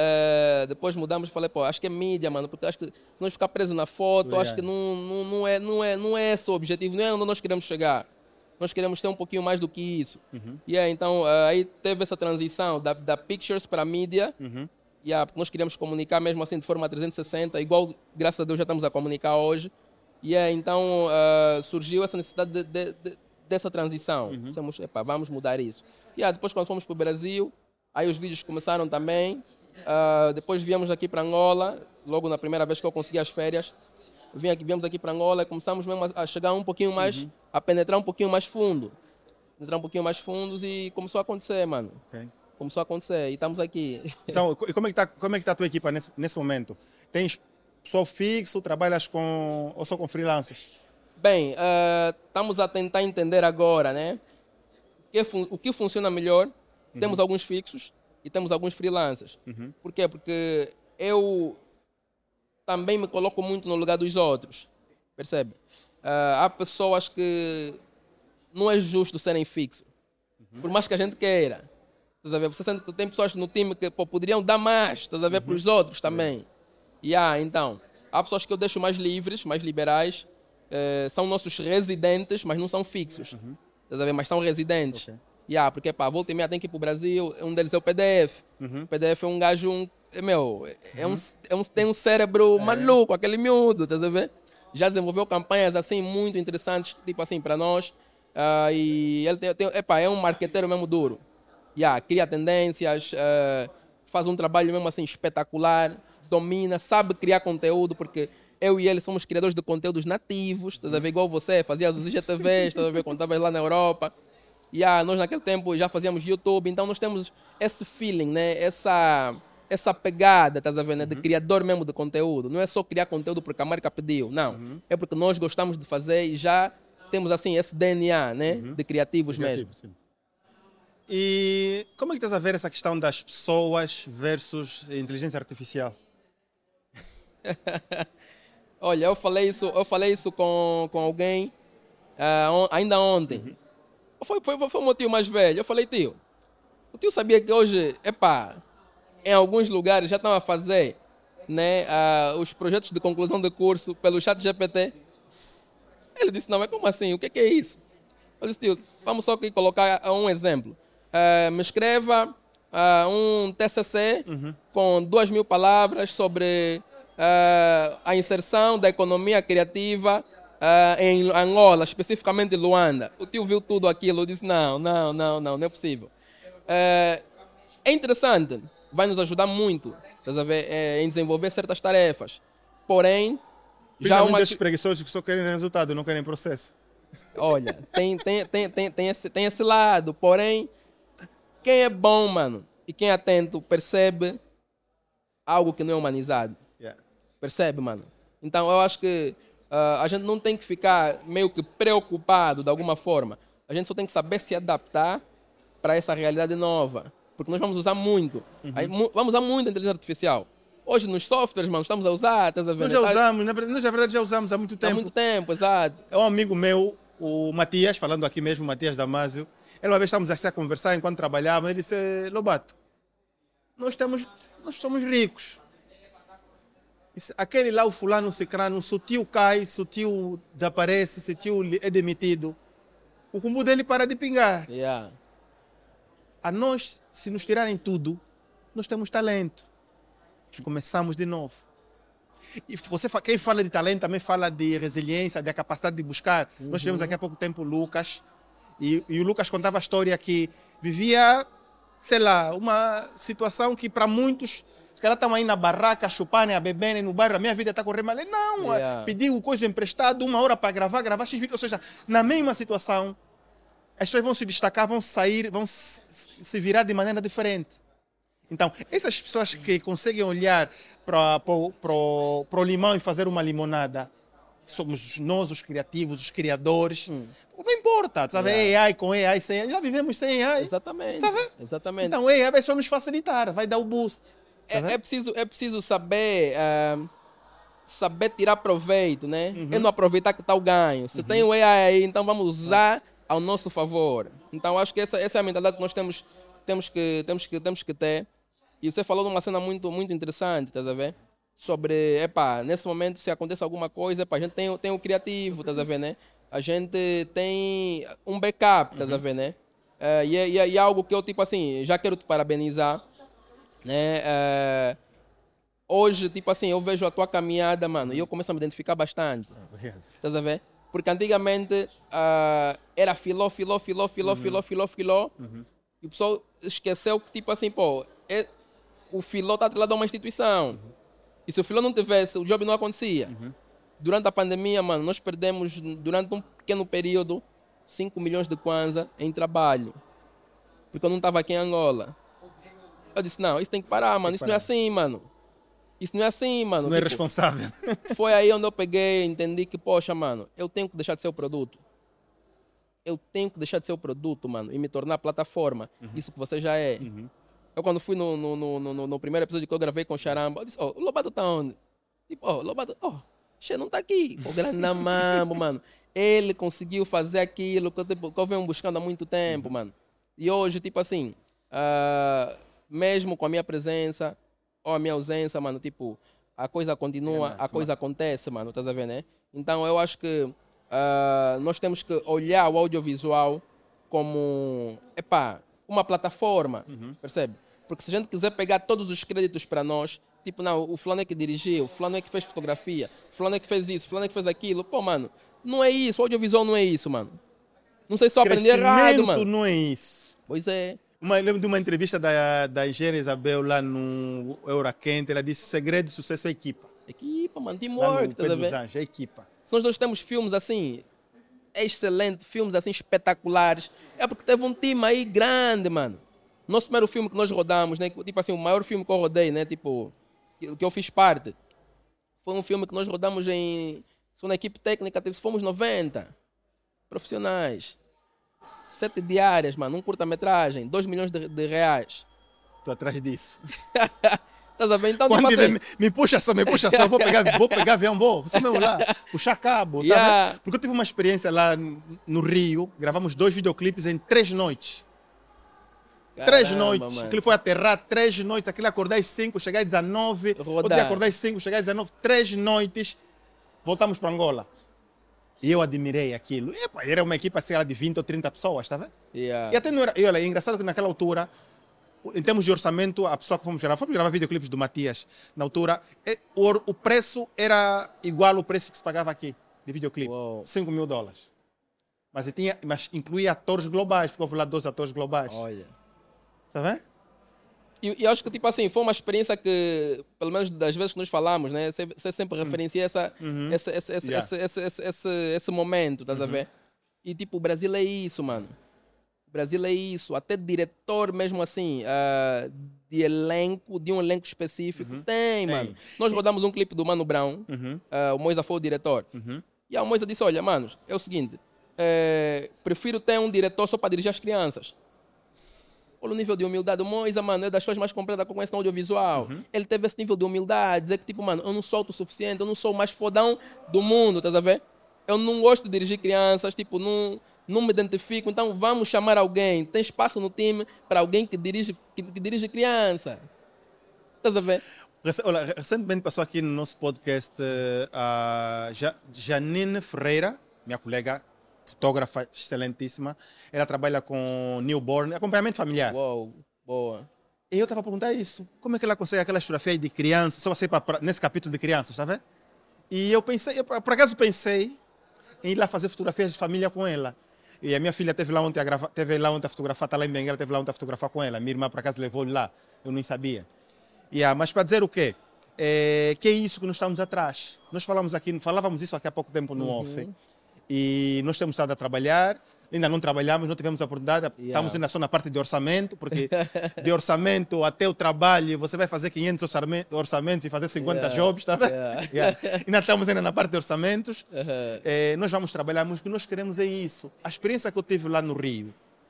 E: eh, depois mudamos e falei, pô, acho que é mídia, mano, porque acho que se nós ficar preso na foto,
D: Yeah.
E: acho que não, não, não, é, não, é, não é esse o objetivo, não é onde nós queremos chegar. Nós queremos ter um pouquinho mais do que isso.
D: Uhum.
E: E yeah, então eh, aí teve essa transição da, da Pictures para a mídia.
D: Uhum.
E: Yeah, porque nós queríamos comunicar mesmo assim de forma trezentos e sessenta, igual, graças a Deus, já estamos a comunicar hoje. E yeah, então eh, surgiu essa necessidade de, de, de, dessa transição.
D: Uhum.
E: Dissemos, epá, vamos mudar isso. E yeah, depois, quando fomos para o Brasil, aí os vídeos começaram também. Ah, depois viemos aqui para Angola, logo na primeira vez que eu consegui as férias. Vim aqui, viemos aqui para Angola e começamos mesmo a, a chegar um pouquinho mais,
D: Uhum.
E: a penetrar um pouquinho mais fundo. Penetrar um pouquinho mais fundos e começou a acontecer, mano.
D: Ok.
E: Começou a acontecer e estamos aqui.
D: Então, e como é que está como é que tá a tua equipa nesse, nesse momento? Tens pessoal fixo, trabalhas com ou só com freelancers?
E: Bem, ah, estamos a tentar entender agora, né? O que, fun- o que funciona melhor. Temos alguns fixos e temos alguns freelancers.
D: Uhum.
E: Por quê? Porque eu também me coloco muito no lugar dos outros. Percebe? Ah, há pessoas que não é justo serem fixos. Por mais que a gente queira. Estás a ver? Você sente que tem pessoas no time que pô, poderiam dar mais, estás a ver, para os outros também. E há, então, há pessoas que eu deixo mais livres, mais liberais. eh, são nossos residentes, mas não são fixos. Estás a ver? Mas são residentes.
D: Ok.
E: Yeah, porque, pá, volta e meia tem que ir para o Brasil. Um deles é o P D F.
D: Uhum.
E: O P D F é um gajo, um, é, meu, é um, é um, tem um cérebro maluco, aquele miúdo, estás a ver? Já desenvolveu campanhas assim muito interessantes, tipo assim, para nós. Ah, e ele tem, tem, epá, é um marqueteiro mesmo duro. Yeah, cria tendências, ah, faz um trabalho mesmo assim espetacular, domina, sabe criar conteúdo, porque eu e ele somos criadores de conteúdos nativos, estás a ver? Igual você, fazia os I G T Vs, estás a ver? Quando estavas lá na Europa. E ah, nós naquele tempo já fazíamos YouTube, então nós temos esse feeling, né? Essa, essa pegada, estás a ver, né? De criador mesmo de conteúdo. Não é só criar conteúdo porque a marca pediu, não. É porque nós gostamos de fazer e já temos assim esse D N A, né? De criativos mesmo.
D: Criativo, sim. E como é que estás a ver essa questão das pessoas versus a inteligência artificial?
E: Olha, eu falei isso, eu falei isso com, com alguém ah, on- ainda ontem. Foi, foi, foi o meu tio mais velho. Eu falei, tio, o tio sabia que hoje, epá, em alguns lugares já estão a fazer, né, ah, os projetos de conclusão de curso pelo chat G P T. Ele disse, não, mas como assim? O que é, que é isso? Eu disse, tio, vamos só aqui colocar um exemplo. Ah, me escreva ah, um T C C com duas mil palavras sobre ah, a inserção da economia criativa ah, em Angola, especificamente em Luanda. O tio viu tudo aquilo e disse, não, não, não, não, não é possível. Ah, é interessante, vai nos ajudar muito, estás a ver, eh, em desenvolver certas tarefas. Porém, já
D: Principalmente
E: uma...
D: esses preguiçosos que só querem resultado, não querem processo.
E: Olha, tem, tem, tem, tem, tem, esse, tem esse lado, porém, quem é bom, mano, e quem é atento, percebe algo que não é humanizado.
D: Yeah.
E: Percebe, mano? Então, eu acho que ah, a gente não tem que ficar meio que preocupado de alguma forma. A gente só tem que saber se adaptar para essa realidade nova. Porque nós vamos usar muito. Aí, mu- vamos usar muito a inteligência artificial. Hoje, nos softwares, mano, estamos a usar, estás a ver?
D: Nós já
E: Tá-
D: usamos, na verdade, nós na verdade já usamos há muito
E: Há
D: tempo.
E: muito tempo, exato.
D: É um amigo meu, o Matias, falando aqui mesmo, Matias Damasio. Ele uma vez estávamos assim a conversar enquanto trabalhava, ele disse, Lobato, nós, temos, nós somos ricos. Isso- aquele lá, o fulano cicrano, se o tio cai, se o tio desaparece, se o tio li- é demitido, o cumbu dele para de pingar.
E: Yeah.
D: A nós, se nos tirarem tudo, nós temos talento. Nós começamos de novo. E você, fa- quem fala de talento também fala de resiliência, da capacidade de buscar. Nós tivemos aqui há pouco tempo o Lucas, e, e o Lucas contava a história que vivia, sei lá, uma situação que para muitos, se calhar estão aí na barraca, chupando, a beberem no bairro, a minha vida está correndo mal. Ele, Não,
E: Yeah.
D: pediu coisa emprestado, uma hora para gravar, gravar X vídeo. Ou seja, na mesma situação, as pessoas vão se destacar, vão sair, vão se se virar de maneira diferente. Então, essas pessoas que conseguem olhar para o limão e fazer uma limonada, somos nós os criativos, os criadores. Não importa, sabe?
E: Yeah.
D: A I com A I, sem A I, já vivemos sem A I.
E: Exatamente.
D: Sabe?
E: Exatamente.
D: Então, A I vai só nos facilitar, vai dar o boost. sabe?
E: É, é preciso, é preciso saber, ah, saber tirar proveito, né? É não aproveitar que está o ganho. Se tem o A I aí, então vamos usar ao nosso favor. Então acho que essa, essa é a mentalidade que nós temos, temos, que, temos, que, temos que ter. E você falou de uma cena muito, muito interessante, estás a ver? Sobre, epá, nesse momento, se acontece alguma coisa, epá, a gente tem, tem o criativo, estás a ver, né? A gente tem um backup, estás a ver, né? Eh, e, é, e é- e é algo que eu, tipo assim, já quero te parabenizar, né? Eh, hoje, tipo assim, eu vejo a tua caminhada, mano, e eu começo a me identificar bastante. Estás a ver? Porque antigamente ah, era filó, filó, filó, filó, filó, filó, filó. E o pessoal esqueceu que, tipo assim, pô, é- o filó está atrelado a uma instituição. E se o filó não tivesse, o job não acontecia. Durante a pandemia, mano, nós perdemos, durante um pequeno período, cinco milhões de kwanza em trabalho. Porque eu não estava aqui em Angola. Eu disse, não, isso tem que parar, mano. Isso não é assim, mano. Isso não é assim, mano.
D: Isso não é
E: Tipo,
D: responsável.
E: foi aí onde eu peguei e entendi que, poxa, mano, eu tenho que deixar de ser o produto. Eu tenho que deixar de ser o produto, mano, e me tornar plataforma. Isso que você já é. Eu, quando fui no, no, no, no, no primeiro episódio que eu gravei com o Charamba, eu disse, ó, o Lobato tá onde? Tipo, ó, o Lobato, ó, Xê não tá aqui. O grande Namambo, mano. Ele conseguiu fazer aquilo que eu, tipo, que eu venho buscando há muito tempo, mano. E hoje, tipo assim, ah, mesmo com a minha presença ou a minha ausência, mano, tipo, a coisa continua, a coisa acontece, mano, estás a ver, né? Então eu acho que ah, nós temos que olhar o audiovisual como, epá, uma plataforma, percebe? Porque se a gente quiser pegar todos os créditos para nós, tipo, não, o fulano é que dirigiu, o fulano é que fez fotografia, o fulano é que fez isso, o fulano é que fez aquilo, pô, mano, não é isso, o audiovisual não é isso, mano. Não sei só aprender errado,
D: Crescimento
E: mano.
D: não é isso.
E: Pois é.
D: Uma, eu lembro de uma entrevista da, da engenheira Isabel lá no Euroquente. Ela disse: o segredo de sucesso é a equipa.
E: Equipa, mano,
D: Lá
E: teamwork,
D: no
E: estás a
D: Pedro dos
E: ver?
D: Anjos, é a equipa.
E: Se nós temos filmes assim, excelentes, filmes assim espetaculares, é porque teve um time aí grande, mano. Nosso primeiro filme que nós rodamos, né? Tipo assim, o maior filme que eu rodei, né? Tipo, que que eu fiz parte. Foi um filme que nós rodamos em. Só na equipe técnica, tipo, fomos noventa profissionais. Sete diárias, mano. Um curta-metragem, dois milhões de, de reais.
D: Estou atrás disso.
E: Estás a ver? Então,
D: Quando
E: tipo
D: tiver,
E: assim,
D: me, me puxa só, me puxa só, vou pegar, vou pegar avião, vou, você mesmo lá, puxar cabo. Tá
E: Yeah.
D: vendo? Porque eu tive uma experiência lá no no Rio, gravamos dois videoclipes em três noites. três
E: caramba,
D: noites.
E: mano.
D: Aquilo foi aterrar três noites, aquele acordar às cinco, chegar às dezenove, outro
E: Rodar.
D: dia acordar às cinco, chegar às dezenove, três noites, voltamos para Angola. E eu admirei aquilo. E, pá, era uma equipe assim, era de vinte ou trinta pessoas, tá vendo?
E: Yeah.
D: E até não era. E olha, é engraçado que naquela altura, em termos de orçamento, a pessoa que fomos gravar, fomos gravar videoclipes do Matias. Na altura, é, o, or- o preço era igual ao preço que se pagava aqui, de videoclipe:
E: Uou.
D: cinco mil dólares. Mas, eu tinha, mas incluía atores globais, porque houve lá doze atores globais.
E: Olha.
D: Tá vendo?
E: E, e acho que, tipo assim, foi uma experiência que, pelo menos das vezes que nós falamos, né? Você, você sempre referencia essa, esse, esse, esse,
D: Yeah.
E: esse, esse, esse, esse, esse momento, estás a ver? E, tipo, o Brasil é isso, mano. O Brasil é isso. Até diretor, mesmo assim, ah, de elenco, de um elenco específico, tem, mano. Nós rodamos um clipe do Mano Brown, ah, o Moisa foi o diretor. E a Moisa disse: olha, manos, é o seguinte, eh, prefiro ter um diretor só para dirigir as crianças. Olha o nível de humildade. O Moisa, mano, é das pessoas mais completas que eu conheço no audiovisual. Ele teve esse nível de humildade, dizer que, tipo, mano, eu não sou o suficiente, eu não sou o mais fodão do mundo, estás a ver? Eu não gosto de dirigir crianças, tipo, não, não me identifico, então vamos chamar alguém. Tem espaço no time para alguém que dirige, que, que dirige criança. Estás a ver?
D: Rece- olha, recentemente passou aqui no nosso podcast eh, a Ja- Janine Ferreira, minha colega, fotógrafa excelentíssima. Ela trabalha com newborn, acompanhamento familiar.
E: Uou, boa.
D: E eu estava a perguntar isso. Como é que ela consegue aquelas fotografias de crianças, só você para nesse capítulo de crianças, está vendo? E eu pensei, eu, por por acaso pensei em ir lá fazer fotografias de família com ela. E a minha filha teve lá ontem a, grava, teve lá ontem a fotografar, está lá em Benguela, teve lá ontem a fotografar com ela. Minha irmã, por acaso, levou-lhe lá. Eu nem sabia. Yeah, mas para dizer o quê? É, que é isso que nós estamos atrás. Nós falamos aqui, falávamos isso aqui há pouco tempo no off. E nós temos estado a trabalhar. Ainda não trabalhamos, não tivemos a oportunidade.
E: Yeah.
D: Estamos ainda só na parte de orçamento, porque de orçamento até o trabalho, você vai fazer quinhentos orçame- orçamentos e fazer cinquenta
E: Yeah.
D: jobs, tá vendo?
E: Yeah.
D: Yeah. Ainda estamos ainda na parte de orçamentos.
E: Uhum.
D: Eh, nós vamos trabalhar, mas o que nós queremos é isso. A experiência que eu tive lá no Rio,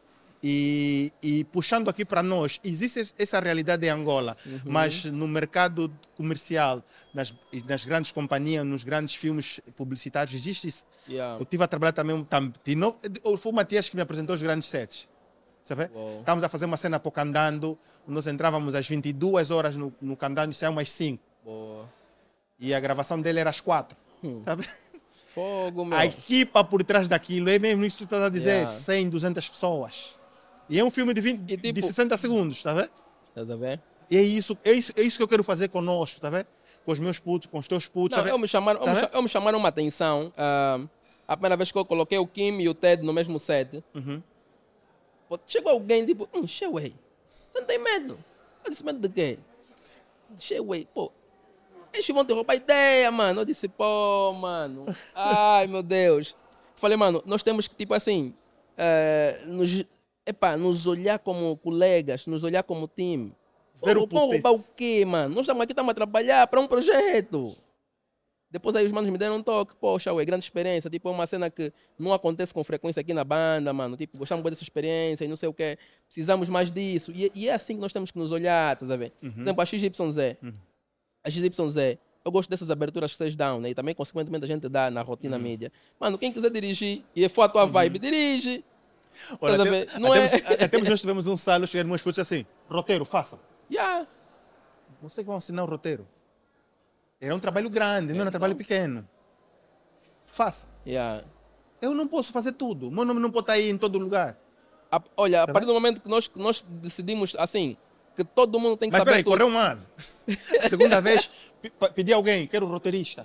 D: e, e puxando aqui para nós, existe essa realidade em Angola, mas no mercado comercial, nas, nas grandes companhias, nos grandes filmes publicitários, existe isso.
E: Yeah.
D: Eu estive a trabalhar também, tam- de novo, foi o Matias que me apresentou os grandes sets. Sabe?
E: Uou.
D: Estávamos a fazer uma cena para o Candando, nós entrávamos às vinte e duas horas no, no Candando e saíamos às cinco.
E: Boa.
D: E a gravação dele era às quatro.
E: Hum.
D: Sabe?
E: Fogo, meu.
D: A equipa por trás daquilo, é mesmo isso que tu estás a dizer,
E: Yeah.
D: cem, duzentas pessoas. E é um filme de, vinte,
E: E tipo-
D: de sessenta segundos, tá vendo?
E: Estás a ver?
D: E é isso, é, isso, é isso que eu quero fazer conosco, tá vendo? Com os meus putos, com os teus putos,
E: Não,
D: tá
E: eu
D: vendo?
E: me chamaram, eu
D: Tá
E: me,
D: vendo?
E: cha- eu me chamaram uma atenção. ah, a primeira vez que eu coloquei o Kim e o Ted no mesmo set.
D: Uhum.
E: Pô, chegou alguém tipo, hum, Sheway, você não tem medo? Eu disse, medo de quê? Sheway, pô, eles vão te roubar ideia, mano. Eu disse, pô, mano, ai meu Deus. Falei, mano, nós temos que, tipo assim, eh, nos, epá, nos olhar como colegas, nos olhar como time. Pô,
D: Ver o
E: vão roubar o
D: potencial.
E: quê, mano? Nós estamos aqui, estamos a trabalhar para um projeto. Depois aí os manos me deram um toque, poxa, ué, grande experiência, tipo, é uma cena que não acontece com frequência aqui na banda, mano, tipo, gostamos muito dessa experiência e não sei o quê, precisamos mais disso, e, e é assim que nós temos que nos olhar, estás a ver? Por exemplo, a X Y Z, a X Y Z, eu gosto dessas aberturas que vocês dão, né, e também, consequentemente, a gente dá na rotina mídia. Mano, quem quiser dirigir e for a tua vibe, dirige.
D: Olha,
E: Estás a
D: até,
E: ver? Não
D: até,
E: é-
D: até, até nós tivemos um salo, chegaram meus putos assim, roteiro, façam.
E: Yeah.
D: Vocês vão assinar o roteiro. Era um trabalho grande, não era um trabalho pequeno. Faça.
E: Yeah.
D: Eu não posso fazer tudo. Meu nome não pode estar aí em todo lugar.
E: A- olha, a
D: Sabe?
E: partir do momento que nós, que nós decidimos, assim, que todo mundo tem que
D: Mas
E: saber
D: peraí,
E: tudo.
D: correu mal. A segunda vez, pe- pa- pedi a alguém, quero roteirista.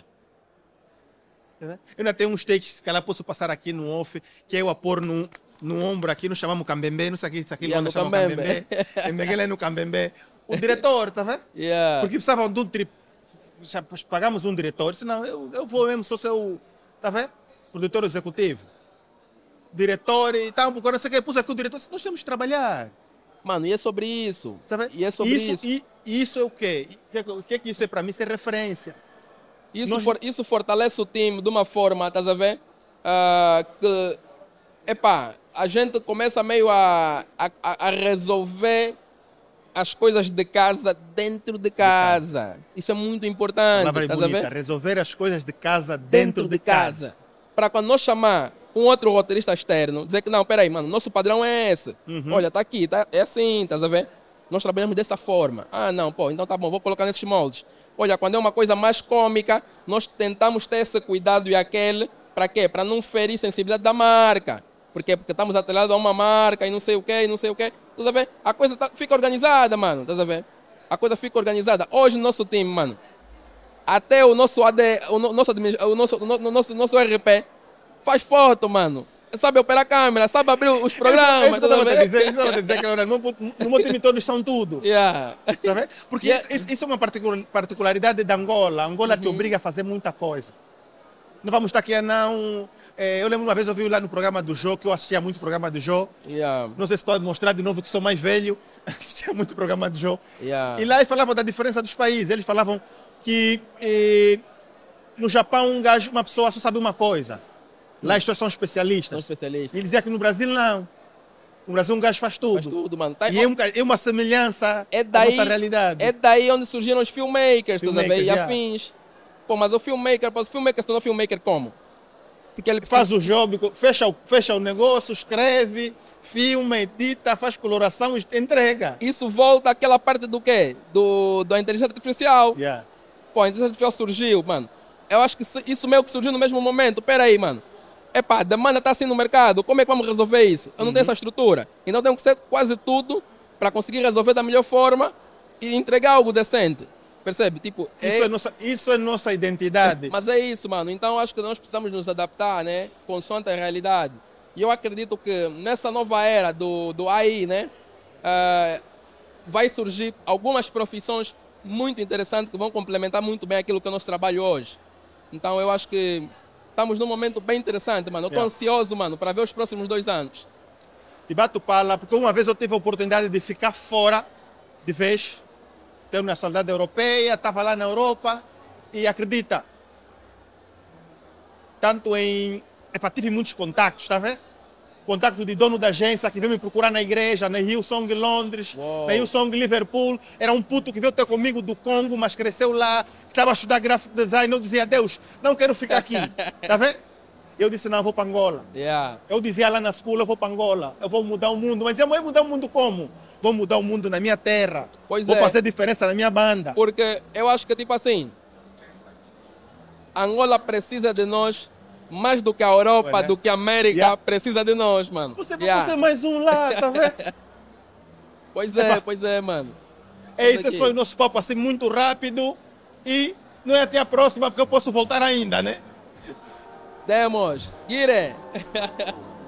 D: Tá vendo? Eu ainda tenho uns takes, se calhar posso passar aqui no off, que é eu a pôr no, no ombro aqui, nós chamamos cambembé, não sei aqui, se aqui
E: Yeah,
D: yeah,
E: no
D: chamam
E: cambembe.
D: cambembé. Em Benguela é no cambembé. O diretor, tá vendo?
E: Yeah.
D: Porque precisavam de um trip. Já pagamos um diretor, senão eu, eu vou mesmo, sou seu, tá vendo? Produtor executivo. Diretor e tal, porque eu não sei o que, pus aqui o diretor, nós temos que trabalhar.
E: Mano, e é sobre isso.
D: Sabe?
E: E é sobre isso.
D: isso. E, e isso é o quê? O que, o que é que isso é para mim? Isso é referência.
E: Isso,
D: Nós-
E: for- isso fortalece o time de uma forma, estás a ver? Ah, que, epá, a gente começa meio a, a, a- a resolver as coisas de casa dentro de casa. Isso é muito importante,
D: Palavra
E: estás a
D: bonita.
E: ver?
D: Resolver as coisas de casa dentro, de, casa.
E: Para quando nós chamar um outro roteirista externo, dizer que não, peraí, mano, nosso padrão é esse.
D: Uhum.
E: Olha, tá aqui, tá, é assim, estás a ver? Nós trabalhamos dessa forma. Ah, não, pô, então tá bom, vou colocar nesses moldes. Olha, quando é uma coisa mais cômica, nós tentamos ter esse cuidado e aquele, para quê? Para não ferir sensibilidade da marca. Por quê? Porque estamos atrelados a uma marca e não sei o quê, e não sei o quê. Estás a ver? A coisa tá- fica organizada, mano, estás a ver? A coisa fica organizada. Hoje, no nosso time, mano, até o nosso A D, o no- nosso, admin- o nosso, o no- o nosso, nosso R P faz foto, mano. Sabe operar a câmera, sabe abrir os programas.
D: É isso que eu
E: tá
D: estava a
E: vendo?
D: dizer. Isso que eu estava a dizer, que no meu, no meu time todos são tudo.
E: Yeah.
D: Sabe? Porque
E: Yeah.
D: isso, isso- isso é uma particu- particularidade da Angola. A Angola te obriga a fazer muita coisa. Não vamos estar aqui a não... eh, eu lembro uma vez eu vi lá no programa do Jô, que eu assistia muito o programa do Jô.
E: Yeah.
D: Não sei se pode mostrar de novo que sou mais velho. Assistia muito o programa do Jô.
E: Yeah.
D: E lá eles falavam da diferença dos países. Eles falavam que eh, no Japão um gajo, uma pessoa só sabe uma coisa. Lá as pessoas são especialistas.
E: São especialistas.
D: E ele dizia que no Brasil não. No Brasil um gajo faz tudo.
E: Faz tudo, mano. Tá-
D: E é, um, é uma semelhança
E: é
D: da
E: daí,
D: nossa realidade.
E: é daí onde surgiram os filmmakers, estás a ver?
D: Filmmakers,
E: E
D: yeah.
E: afins. Pô, mas o filmmaker, pô, o filmmaker se tornou filmmaker como? Porque ele precisa...
D: Faz o job, fecha o, fecha o negócio, escreve, filma, edita, faz coloração e entrega.
E: Isso volta àquela parte do quê? Do, da inteligência artificial.
D: Yeah.
E: Pô, a inteligência artificial surgiu, mano. Eu acho que isso meio que surgiu no mesmo momento. Pera aí, mano. Epá, a demanda está assim no mercado. Como é que vamos resolver isso? Eu não
D: Uhum.
E: tenho essa estrutura. Então tenho que ser quase tudo para conseguir resolver da melhor forma e entregar algo decente. Percebe? Tipo,
D: Isso é, nossa, isso é nossa identidade.
E: Mas é isso, mano. Então acho que nós precisamos nos adaptar, né? Consoante a realidade. E eu acredito que nessa nova era do, do A I, né? Uh, vai surgir algumas profissões muito interessantes que vão complementar muito bem aquilo que é o nosso trabalho hoje. Então eu acho que estamos num momento bem interessante, mano. Eu estou
D: Yeah.
E: ansioso, mano, para ver os próximos dois anos.
D: Te bato pala, porque uma vez eu tive a oportunidade de ficar fora de vez. Tenho nacionalidade europeia, estava lá na Europa e acredita, tanto em... Epa, tive muitos contactos, está vendo? Contato de dono da agência que veio me procurar na igreja, na Hillsong Londres,
E: Uou.
D: na Hillsong Liverpool. Era um puto que veio ter comigo do Congo, mas cresceu lá, que estava a estudar graphic design. Eu dizia, Deus, não quero ficar aqui, está vendo? Eu disse, não, eu vou para Angola.
E: Yeah.
D: Eu dizia lá na escola, eu vou para Angola, eu vou mudar o mundo. Mas dizia, mãe, mudar o mundo como? Vou mudar o mundo na minha terra.
E: Pois
D: vou
E: é.
D: fazer diferença na minha banda.
E: Porque eu acho que, tipo assim, Angola precisa de nós mais do que a Europa,
D: Pois é.
E: do que a América
D: Yeah.
E: precisa de nós, mano.
D: Você vai
E: Yeah.
D: ser mais um lá, tá vendo?
E: Pois é,
D: Epa.
E: pois é, mano.
D: É isso,
E: aqui.
D: esse foi o nosso papo assim muito rápido. E não é até a próxima, porque eu posso voltar ainda, né?
E: Demos. Gire.